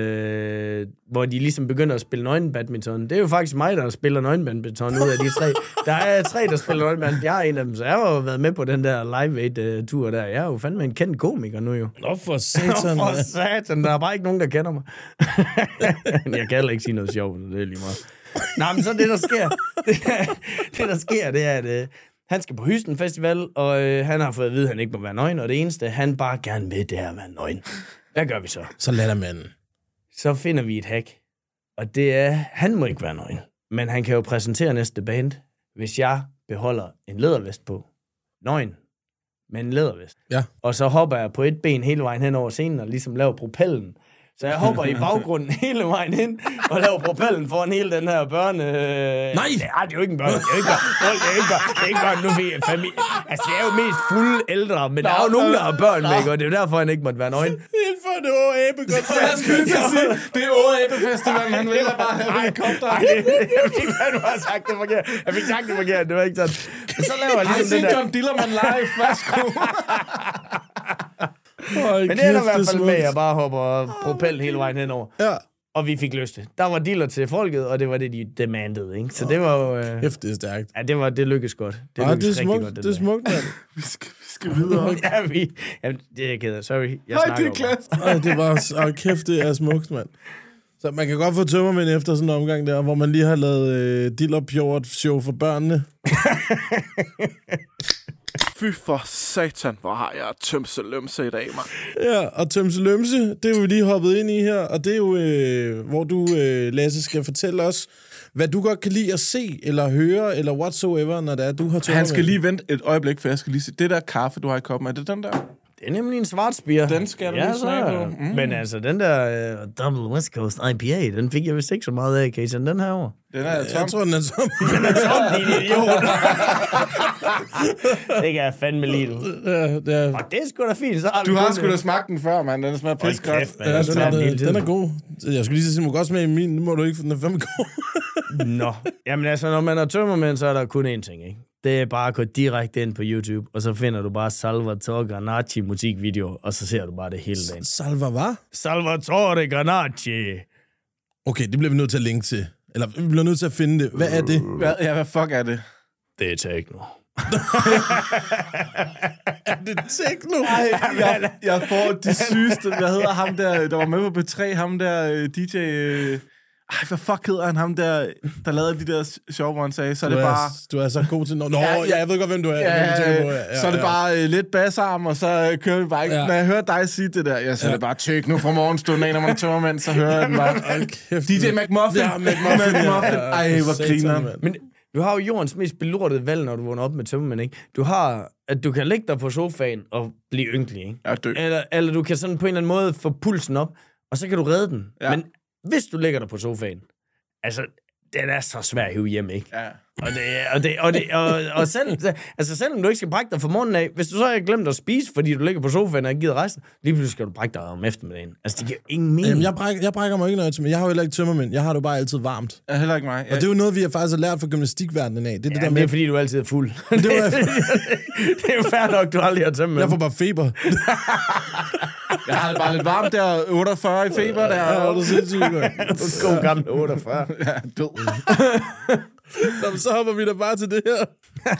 øh, hvor de ligesom begynder at spille nøgenbadminton, det er jo faktisk mig, der spiller nøgenbadminton ud af de tre. Der er tre, der spiller nøgenbadminton. Jeg er en af dem, så jeg har jo været med på den der Live Aid-tur der. Jeg er jo fandme en kendt komiker nu jo. Nå, for satan. For satan, der er bare ikke nogen, der kender mig. Jeg kan heller ikke sige noget sjovt, det er lige meget. Nej, men så det, der sker, det, det der sker, det er, at øh, han skal på Hysten Festival, og øh, han har fået at vide, at han ikke må være nøgen, og det eneste, han bare gerne vil, det er at være nøgen. Hvad gør vi så? Så lader manden. Så finder vi et hack, og det er, han må ikke være nøgen, men han kan jo præsentere næste band, hvis jeg beholder en lædervest på. Nøgen, med en lædervest. Ja. Og så hopper jeg på et ben hele vejen hen over scenen, og ligesom laver propellen. Så jeg hopper i baggrunden hele vejen ind, og laver propellen foran hele den her børne... Nej! Nej, det er jo ikke en børn. Det er jo ikke børn. Det er ikke børn. Det er ikke børn. Nu er vi familie. Altså, det er jo mest fulde ældre, men der er jo nogen, der har børn væk, og det er jo derfor, han ikke måtte være nøgen. Helt for det åre æbe godt. Jeg skulle ikke sige, det er Åre-Æbe-festivalen, han vil bare have helikopter. Nej, jeg fik ikke, hvad du har sagt det forkert. Jeg fik sagt det forkert, det var ikke sådan. Men så laver jeg Har I ligesom den set der... John Dillermand live? Værsgo. Men det er der i hvert fald med, at jeg bare hopper propellen hele vejen henover. Ja. Og vi fik lyst til. Der var dealer til folket, og det var det, de demandede, ikke? Så det var jo... Øh... Hæft, det er stærkt. Ja, det, var, det lykkedes godt. Det Ej, lykkedes det er rigtig smukt, godt, det er smukt, mand. Vi skal, vi skal videre. ja, vi... Jamen, det er jeg ked af. Sorry, jeg Nej, snakker det er over. klasse. Ej, det var... Åh, kæft, det er smukt, mand. Så man kan godt få tømmermænd efter sådan en omgang der, hvor man lige har lavet øh, diller-pjort-show for børnene. Fy for satan, hvor har jeg tømselømse i dag, mand. Ja, og Tømse Lømse, det er jo vi lige hoppet ind i her, og det er jo, øh, hvor du, øh, Lasse, skal fortælle os, hvad du godt kan lide at se, eller høre, eller whatsoever, når det er, du har tømmermænd. Han skal lige vente et øjeblik, for jeg skal lige se. Det der kaffe, du har i koppen, er det den der? Det er nemlig en svartspiger. Den skal du ja, lige smage på. Mm. Men altså, den der uh, Double West Coast I P A, den fik jeg vist ikke så meget af. Kan I sende den her over? Den er tom. Jeg tror, den er tom. Den er tom, din idiot. Det kan jeg fandme lide. Ja, det er, Og det er sgu da fint. Så har Du vi har kun sgu det. da smagt den før, mand. Den smager pisse Hold godt. kæft, mand. ja, Jeg den, smager den hele er, tiden. den er god. Jeg skulle lige sige, at du må godt smage min. Det må du ikke, for den er fandme god. Nå. Jamen altså, når man er tømmermænd, så er der kun én ting, ikke? Det er bare at gå direkte ind på YouTube, og så finder du bare Salvatore Granacci musikvideo, og så ser du bare det hele dagen. Salva, hvad? Salvatore Granacci. Okay, det bliver vi nødt til at linke til. Eller vi bliver nødt til at finde det. Hvad er det? Hvad, ja, hvad fuck er det? Det er techno. Er det techno? Jeg, jeg får de sygeste, hvad hedder ham der, der var med på B tre, ham der øh, D J... Øh, ej, hvad fuck hedder han, ham der, der lavede de der sjove, hvor han sagde, så er Du det er, bare... du er så god til... Nå, Ja, ja, ja. ja, jeg ved godt, hvem du er. Ja, Hvem du tænker på, ja, ja, så er det ja. bare øh, lidt bassarm, og så øh, kører vi bare ikke. Ja. Når jeg hører dig sige det der, jeg så ja. det bare tjek nu fra morgenstunden af, når man er tømmermænd, så hører jeg den bare. Hold kæft, D J McMuffin. Ja, McMuffin. ja, McMuffin. ja, Ej, hvor satan, griner. mand. Men du har jo jordens mest belortede valg, når du vågner op med tømmermænd, ikke? Du har, at du kan ligge dig på sofaen og blive ynkelig, ikke? Jeg er død. Eller, eller du kan sådan på en eller anden måde få pulsen op, og så kan du redde den. Ja. Men hvis du ligger dig på sofaen, altså, den er så svær at hive hjem, ikke? Ja. Og det, og det, og det, og, og selv, altså selvom du ikke skal brække dig fra morgenen af, hvis du så har glemt at spise, fordi du ligger på sofaen og ikke gider rejse, lige pludselig skal du brække dig om eftermiddagen. Altså, det giver ingen mening. Jamen, jeg, bræk, jeg brækker mig ikke noget til, men jeg har jo heller ikke tømmermænd. Jeg har det jo bare altid varmt. Ja, heller ikke mig. Og det er jo noget, vi har faktisk lært fra gymnastikverdenen af. Det er det ja, der det med... er fordi, du altid er fuld. Det var, Det er jo fair nok, du aldrig har tømmermænd. jeg får bare feber. Jeg har det bare lidt varmt der, otteogfyrre i feber der. Ja, det er sindssygt, mand. Du er god gamle otteogfyrre. Ja, død. Nå, men så hopper vi da bare til det her.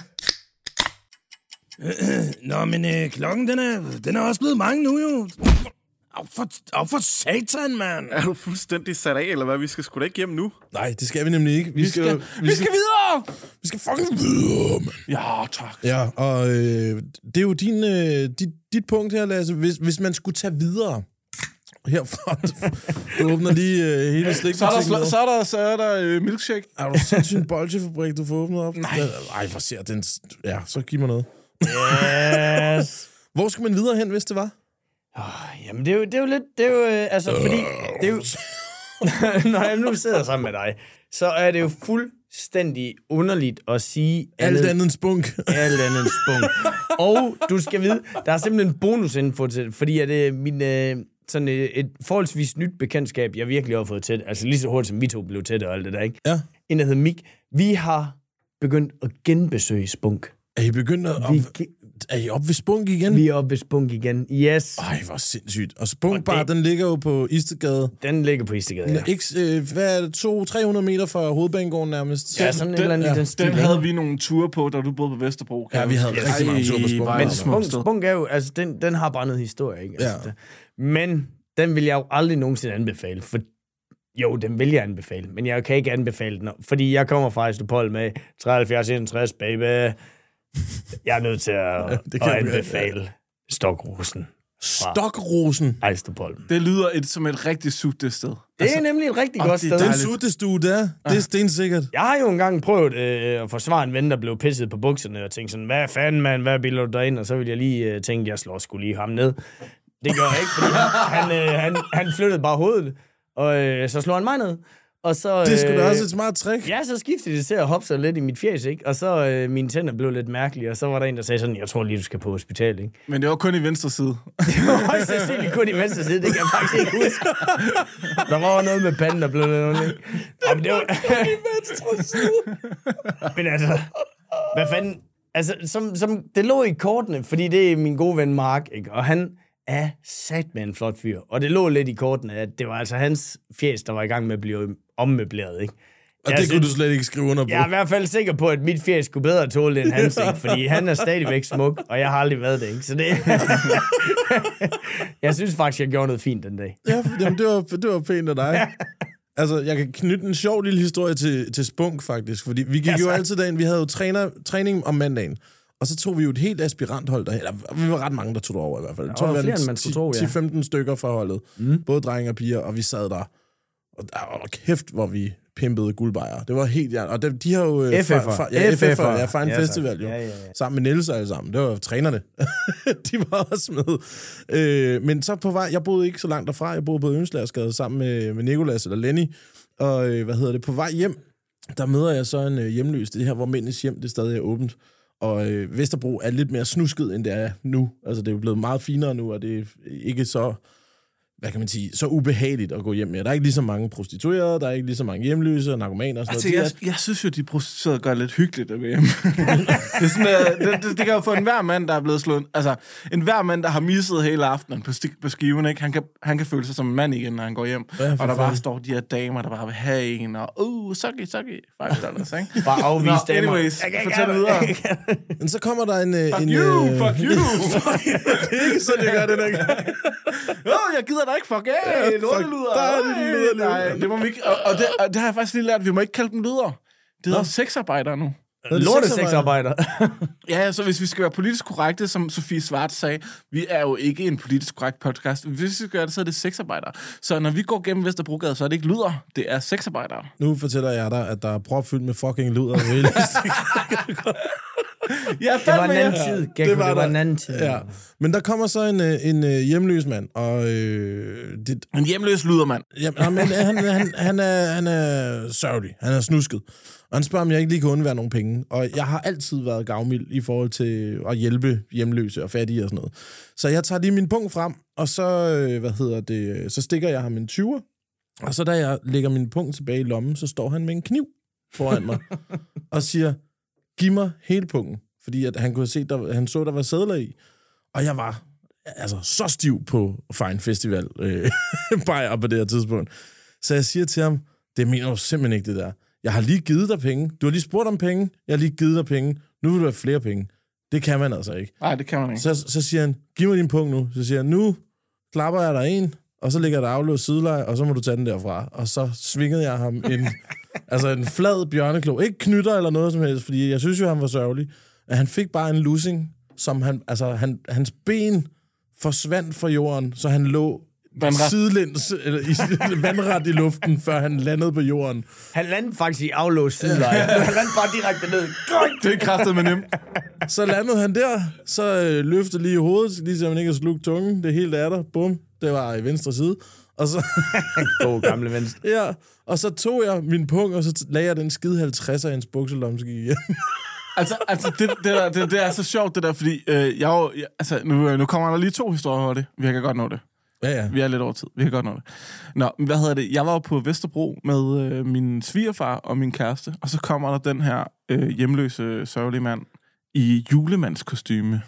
Nå, men øh, klokken, den er, den er også blevet mange nu, jo. Af for, af for satan, mand. Er du fuldstændig sat af, eller hvad? Vi skal sgu da ikke hjem nu. Nej, det skal vi nemlig ikke. Vi, Vi skal, vi skal videre! Vi skal fucking videre, mand. Ja, tak. Ja, og øh, det er jo din, øh, dit, dit punkt her, Lasse. Hvis, hvis man skulle tage videre herfra, du åbner lige øh, hele Så er der, slikbutikken. sl- så er der, så er der øh, milkshake. Er du sindssygt en bolchefabrik, du får åbnet op? Nej. Ej, hvor ser den... Ja, så giv mig noget. Yes. Hvor skal man videre hen, hvis det var? Oh, jamen, det er jo, det er jo lidt... Det er jo, øh, altså, fordi... Det er jo, når jeg nu sidder sammen med dig, så er det jo fuldstændig underligt at sige... Alt andet end spunk. Alt andet end spunk. Og du skal vide, der er simpelthen bonusinfo til, fordi at øh, min... Øh, sådan et, et forholdsvis nyt bekendtskab, jeg virkelig har fået tæt. Altså lige så hurtigt, som vi to blev tæt og alt det der, ikke? Ja. En, der hedder Mik. Vi har begyndt at genbesøge Spunk. Er I begyndt at... Vi, Op, er I oppe ved spunk igen? vi er oppe ved Spunk igen. Yes. Ej, hvor sindssygt. Og Spunk Og Bar, det- den ligger jo på Istegade. Den ligger på Istegade, ja. Ikke, øh, hvad er det? to til tre hundrede meter fra Hovedbanegården nærmest. Ja, sådan en eller anden ja, i den stil. Den ikke? havde vi nogle ture på, da du boede på Vesterbro. kan Ja, jeg vi huske. havde rigtig mange ture på Spunk. var Men et Men smukt Spunk, sted. Spunk er jo, altså den, den har bare noget historie, ikke? Altså, Ja. der- men den vil jeg jo aldrig nogensinde anbefale, for Jo, den vil jeg anbefale, men jeg kan ikke anbefale den, fordi jeg kommer fra Østerpol med treoghalvfjerds enogtres, baby. Jeg er nødt til at, ja, at anbefale ja. Stokrosen. Stokrosen? Ejsterpollen. Det lyder et, som et rigtig sutte sted. Det er altså, nemlig et rigtig godt sted. Det er en suttestue, der. Det er stensikkert. Jeg har jo engang prøvet øh, at forsvare en ven, der blev pisset på bukserne, og tænkte sådan, hvad fanden, mand, hvad bilder du derind? Og så ville jeg lige øh, tænke, jeg slår sgu lige ham ned. Det gør jeg ikke, fordi han, øh, han, han flyttede bare hovedet, og øh, så slog han mig ned. Og så, det skulle da øh, også et smart trick. Ja, så skiftede det til at hoppe sig lidt i mit fjæs, ikke? Og så øh, mine tænder blev lidt mærkelige, og så var der en, der sagde sådan, jeg tror lige, du skal på hospital, ikke? Men det var kun i venstre side. Det var højst sandsynligt kun i venstre side, det kan jeg faktisk ikke huske. Der var noget med panden, der blev lidt, ikke? Jamen, det var... i venstre side. Men altså, hvad fanden... Altså, som, som, det lå i kortene, fordi det er min gode ven Mark, ikke? Og han er sat med en flot fyr. Og det lå lidt i kortene, at det var altså hans fjæs, der var i gang med at blive ommøbleret, ikke? Og jeg det synes, kunne du slet ikke skrive under på. Jeg er i hvert fald sikker på, at mit fjæs skulle bedre tåle det end hans, ikke? Fordi han er stadigvæk smuk, og jeg har aldrig været det, ikke? Så det... jeg synes faktisk, jeg gjorde noget fint den dag. Ja, jamen, det, var, det var pænt af dig. Altså, jeg kan knytte en sjov lille historie til, til Spunk, faktisk. Fordi vi gik ja, jo altid derind, vi havde jo træner, træning om mandagen. Og så tog vi jo et helt aspiranthold der. Eller, vi var ret mange, der tog det over i hvert fald. Der var flere, end man skulle tro, ja. ti til femten stykker fra holdet. Mm. Både drenge og piger, og vi sad der. Og der var kæft, hvor vi pimpede guldbejere. Det var helt... Ja, og de, de har jo... F F'er. Fra, fra, ja, F F'er. Ja, fra en ja, festival, jo. Ja, ja, ja. Sammen med Niels alle sammen. Det var trænerne. De var også med. Øh, men så på vej... Jeg boede ikke så langt derfra. Jeg boede på Ønslærsgade sammen med, med Nicolas eller Lenny. Og øh, hvad hedder det? På vej hjem, der møder jeg så en øh, hjemløs. Det her, hvor mændenes hjem, det stadig er åbent. Og øh, Vesterbro er lidt mere snusket, end det er nu. Altså, det er jo blevet meget finere nu, og det er ikke så, hvad kan man sige, så ubehageligt at gå hjem med. Der er ikke lige så mange prostituerede, der er ikke lige så mange hjemløse og narkomaner og sådan altså, noget. Jeg, jeg synes jo, de prostituerede gør det lidt hyggeligt at gå hjem. det, er sådan, uh, det, det, det kan jo få enhver mand, der er blevet slået... Altså, enhver mand, der har misset hele aftenen på, sti- på skiven, ikke? Han, kan, han kan føle sig som en mand igen, når han går hjem. Ja, og der bare står de her damer, der bare vil have en, og uh, sucky, sucky, five dollars, ikke? Bare afvise damer. Anyways, fortæl videre. Men så kommer der en... Fuck en, you, øh, fuck you. Det er ikke sådan, jeg gør det der gang. Åh, oh, jeg gider da ikke, fuck af, lorteluder. Der er det luder. Nej, det må vi ikke. Og, og, det, og det har jeg faktisk lige lært, vi må ikke kalde dem luder. Det hedder sexarbejdere nu. Lorte-sexarbejder. Ja, så hvis vi skal være politisk korrekte, som Sofie Svart sagde, vi er jo ikke en politisk korrekt podcast. Hvis vi skal gøre det, så er det sexarbejdere. Så når vi går gennem Vesterbrogade, så er det ikke luder, det er sexarbejdere. Nu fortæller jeg dig, at der er propfyldt med fucking luder. Ja, det var en anden tid. Gekko, det var, det var en anden tid. Ja. Men der kommer så en, en, en hjemløs mand, og... Øh, det, en hjemløs ludermand. Ja, men han, han, han, er, han er sørgelig. Han er snusket. Og han spørger, om jeg ikke lige kan undvære nogle penge. Og jeg har altid været gavmild i forhold til at hjælpe hjemløse og fattige og sådan noget. Så jeg tager lige min punkt frem, og så, øh, hvad hedder det, så stikker jeg ham en tyver. Og så da jeg lægger min punkt tilbage i lommen, så står han med en kniv foran mig og siger, giv mig hele punkten. Fordi at han kunne se, der, han så, der var sædler i. Og jeg var altså så stiv på Fine Festival øh, bajer på det her tidspunkt. Så jeg siger til ham, det mener du simpelthen ikke, det der. Jeg har lige givet dig penge. Du har lige spurgt om penge. Jeg har lige givet dig penge. Nu vil du have flere penge. Det kan man altså ikke. Nej, det kan man ikke. Så, så siger han, giv mig din punkt nu. Så siger han, nu klapper jeg dig en, og så lægger jeg dig aflåst sideleje, og så må du tage den derfra. Og så svingede jeg ham en, altså en flad bjørneklo. Ikke knytter eller noget som helst, fordi jeg synes jo, han var sørgelig. At han fik bare en lussing, som han, altså han, hans ben forsvandt fra jorden, så han lå vandret. sidelæns, eller i, vandret i luften, før han landede på jorden. Han landede faktisk i aflåst sideleje. Han landede bare direkte ned. Det er kraftet med nemt. Så landede han der, så øh, løftede lige i hovedet, lige så han ikke har slugt tungen. Det hele er der. Bum. Det var i venstre side. Og så... God gamle venstre. Ja, og så tog jeg min pung, og så lagde jeg den skide halvtredser i hans bukselomme, så gik igen. Altså, altså det, det, der, det, det er så sjovt, det der, fordi øh, jeg jo, jeg, altså, nu, nu kommer der lige to historier over det. Vi kan godt nå det. Ja, ja. Vi er lidt over tid. Vi kan godt nå det. Nå, hvad hedder det? Jeg var jo på Vesterbro med øh, min svigerfar og min kæreste, og så kommer der den her øh, hjemløse, sørgelige mand i julemandskostyme.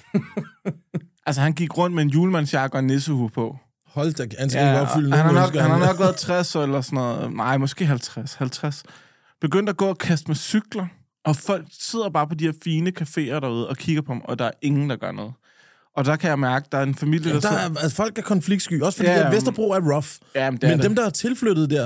Altså, han gik rundt med en julemandsjakke og en nissehue på. Hold da, han skal ja, bare fylde han, har nok, han har nok været tres eller sådan noget. Nej, måske halvtreds. halvtreds. Begyndte at gå og kaste med cykler. Og folk sidder bare på de her fine caféer derude og kigger på dem, og der er ingen, der gør noget. Og der kan jeg mærke, der er en familie, ja, der... der er, altså, folk er konfliktsky, også fordi ja, ja, Vesterbro er rough. Ja, men men er dem, der er tilflyttet der,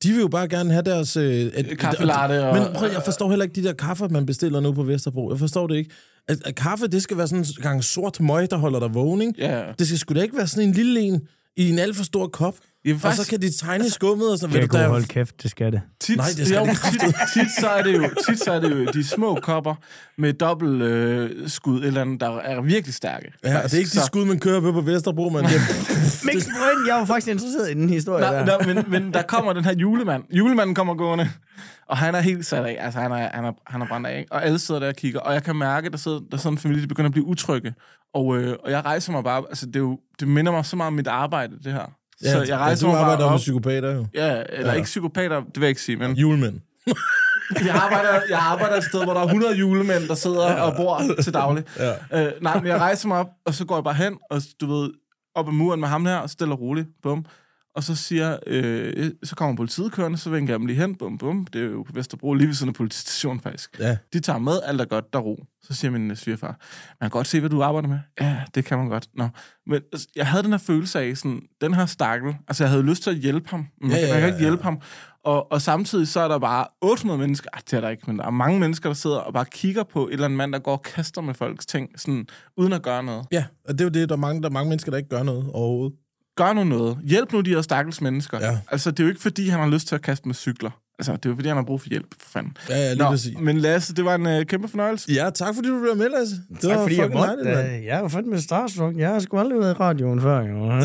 De vil jo bare gerne have deres... Øh, et, Kaffe latte og... Men prøv, jeg forstår heller ikke de der kaffer, man bestiller nu på Vesterbro. Jeg forstår det ikke. At, at kaffe, det skal være sådan en gang sort møg, der holder dig vågen, ikke? Ja. Det skal sgu da ikke være sådan en lille en i en alt for stor kop. Ja, faktisk... Og så kan de tegne i skummet og sådan... Jeg ved du, kunne der... holde kæft, det skal det. Tit, Nej, det skal jo, det tit, tit, så er det jo, tit så er det jo de små kopper med dobbelt øh, skud, eller andet, der er virkelig stærke. Ja, det er ikke de så... skud, man kører på på Vesterbro, men... Det... Mix Brøn, jeg var faktisk interesseret i den historie Nå, der. nå, men, men der kommer den her julemand. Julemanden kommer gående, og han er helt sat af. Altså, han er, han er, han er brændt af, ikke? Og alle sidder der og kigger. Og jeg kan mærke, at der sidder der sådan en familie, der begynder at blive utrygge. Og, øh, og jeg rejser mig bare... Altså, det, er jo, det minder mig så meget om mit arbejde, det her. Ja, så jeg rejser ja, du mig bare arbejder op. med psykopater, jo. Ja, eller ja. Ikke psykopater, det vil jeg ikke sige, men... Julemænd. Jeg arbejder, jeg arbejder et sted, hvor der er hundrede julemænd, der sidder og bor til daglig. Ja. Øh, nej, men jeg rejser mig op, og så går jeg bare hen, og du ved, op ad muren med ham her, og stille og roligt, bum. Og så siger, øh, så kommer politiet kørende, så vinker jeg dem lige hen, bum, bum. Det er jo på Vesterbro, lige ved sådan en politistation faktisk. Ja. De tager med, alt er godt, der er ro. Så siger min svigerfar, man kan godt se, hvad du arbejder med. Ja, det kan man godt. Nå. Men altså, jeg havde den her følelse af, sådan, den her stakkel, altså jeg havde lyst til at hjælpe ham, men ja, ja, ja, man kan ikke hjælpe ja. ham. Og, og samtidig så er der bare otte hundrede mennesker, ah, det er der ikke, men der er mange mennesker, der sidder og bare kigger på et eller andet mand, der går og kaster med folks ting, sådan, uden at gøre noget. Ja, og det er jo det, der er mange, der er mange mennesker, der ikke gør noget overhovedet. Gør nu noget. Hjælp nu de her stakkels mennesker. Ja. Altså, det er jo ikke, fordi han har lyst til at kaste med cykler. Altså, det er jo, fordi han har brug for hjælp, for fanden. Ja, ja, lige Nå, præcis. men Lasse, det var en øh, kæmpe fornøjelse. Ja, tak fordi du blev med, Lasse. Det Tak var fordi jeg fucking måtte. dejligt, Uh, jeg var fandme starstruck. Jeg har sgu aldrig været i radioen før.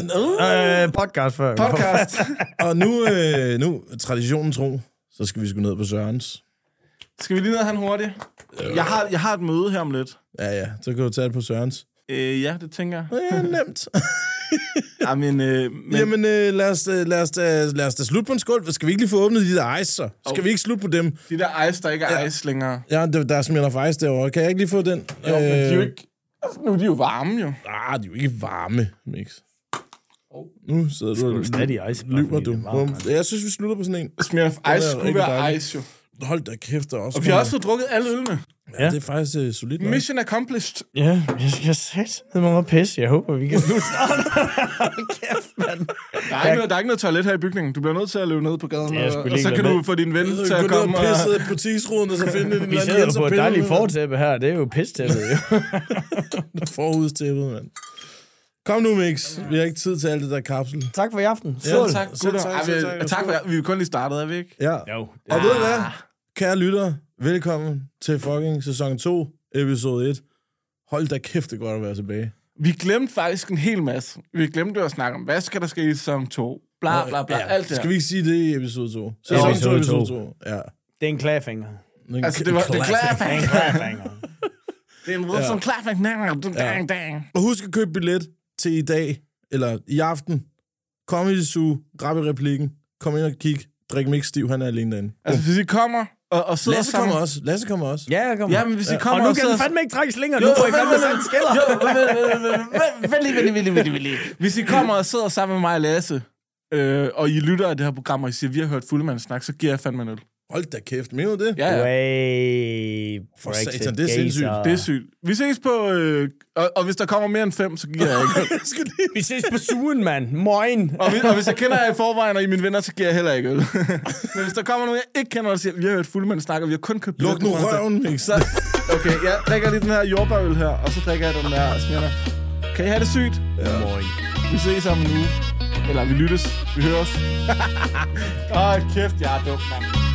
Jo. Uh, podcast før. Podcast. Og nu, øh, nu, traditionen tro, så skal vi sgu ned på Sørens. Skal vi lige ned og have en hurtig? Jeg har, jeg har et møde her om lidt. Ja, ja, så kan du tage det på Sørens. Øh, ja, det tænker jeg. Ja, nemt. Ja, men, øh, men... Jamen, øh, lad, os, øh, lad, os da, lad os da slutte på en skål. Skal vi ikke lige få åbnet de der ice, så? Skal oh. vi ikke slutte på dem? De der ice, der ikke er ja. ice længere. Ja, der, der er simpelthen ice derovre. Kan jeg ikke lige få den? Jo, øh... men de er jo ikke... Altså, nu er de jo varme, jo. Ah, de er jo ikke varme, Mix. Oh. Nu sidder du og stadig ice. Lyver du. Jeg synes, vi slutter på sådan en. Smirnoff Ice skulle være dejligt. Ice, jo. Hold da kæft, der også. Og vi har også fået drukket alle ølene. Ja, ja, det er faktisk uh, solidt nok. Mission accomplished. Ja, jeg skal sætte ned med mig pisse. Jeg håber, vi kan slutte snart. Kæft, mand. Der er, ikke noget, der er ikke noget toilet her i bygningen. Du bliver nødt til at løbe ned på gaden, og, og så kan med. du få din ven du til at komme. Du kan pisse på butiksruden, og så finde din vi sidder på et dejligt fortæppe her. Det er jo pistæppet, jo. Forhudstæppet, mand. Kom nu, Mix. Vi har ikke tid til alt det der kapsel. Tak for i aften. Ja, tak. Tak, tak, tak, vi, tak, tak for, vi er kun lige startet, er vi ikke? Ja. Jo. Og ved du hvad? Kære lyttere, velkommen til fucking sæson to, episode et. Hold da kæft, det godt at være tilbage. Vi glemte faktisk en hel masse. Vi glemte at snakke om, hvad skal der ske i sæson to? Bla, bla, bla, ja. Alt det. Skal vi ikke sige det i episode to? Sæson to, episode to. Ja. Det er en clawfinger. Altså, det var det clawfinger. Det er en clawfinger. Det er en rød som clawfinger. Og husk at købe billet til i dag, eller i aften. Kom i det suge, grab i replikken, kom ind og kig. Drik Mix stiv, han er alene derinde. Altså, hvis I kommer og, og sidder Lasse sammen... kommer også. Lasse kommer også. Ja, jeg kommer. Ja, men hvis I kommer og nu og kan sidder... den fandme ikke trækkes længere. Nu får I fandme sådan en skiller. Vældig, vældig, vældig, vældig. Hvis I kommer og sidder sammen med mig og Lasse, øh, og I lytter af det her program, og I siger, vi har hørt Fuldemand snak, så giver jeg fandme en øl. Hold da kæft, mener du det? Ja, ja. Way. For satan, det er sindssygt. Det er sygt. Vi ses på... Øh, og, og hvis der kommer mere end fem, så giver jeg ikke øl. Vi ses på sugen, mand. Moin. Og, og hvis jeg kender jer i forvejen, og I er mine venner, så giver jeg heller ikke øl. Men hvis der kommer nogen, jeg ikke kender, og siger, vi har hørt Fuldemand snakke, og vi har kun købt... Luk nu røven, Mix. Så, okay, jeg drikker lige den her jordbærøl her, og så drikker jeg den der Smirnoff. Kan I have det sygt? Ja. Moin. Vi ses sammen nu. Eller vi lyttes. Vi høres. Åh, kæft, jeg er dum, mand.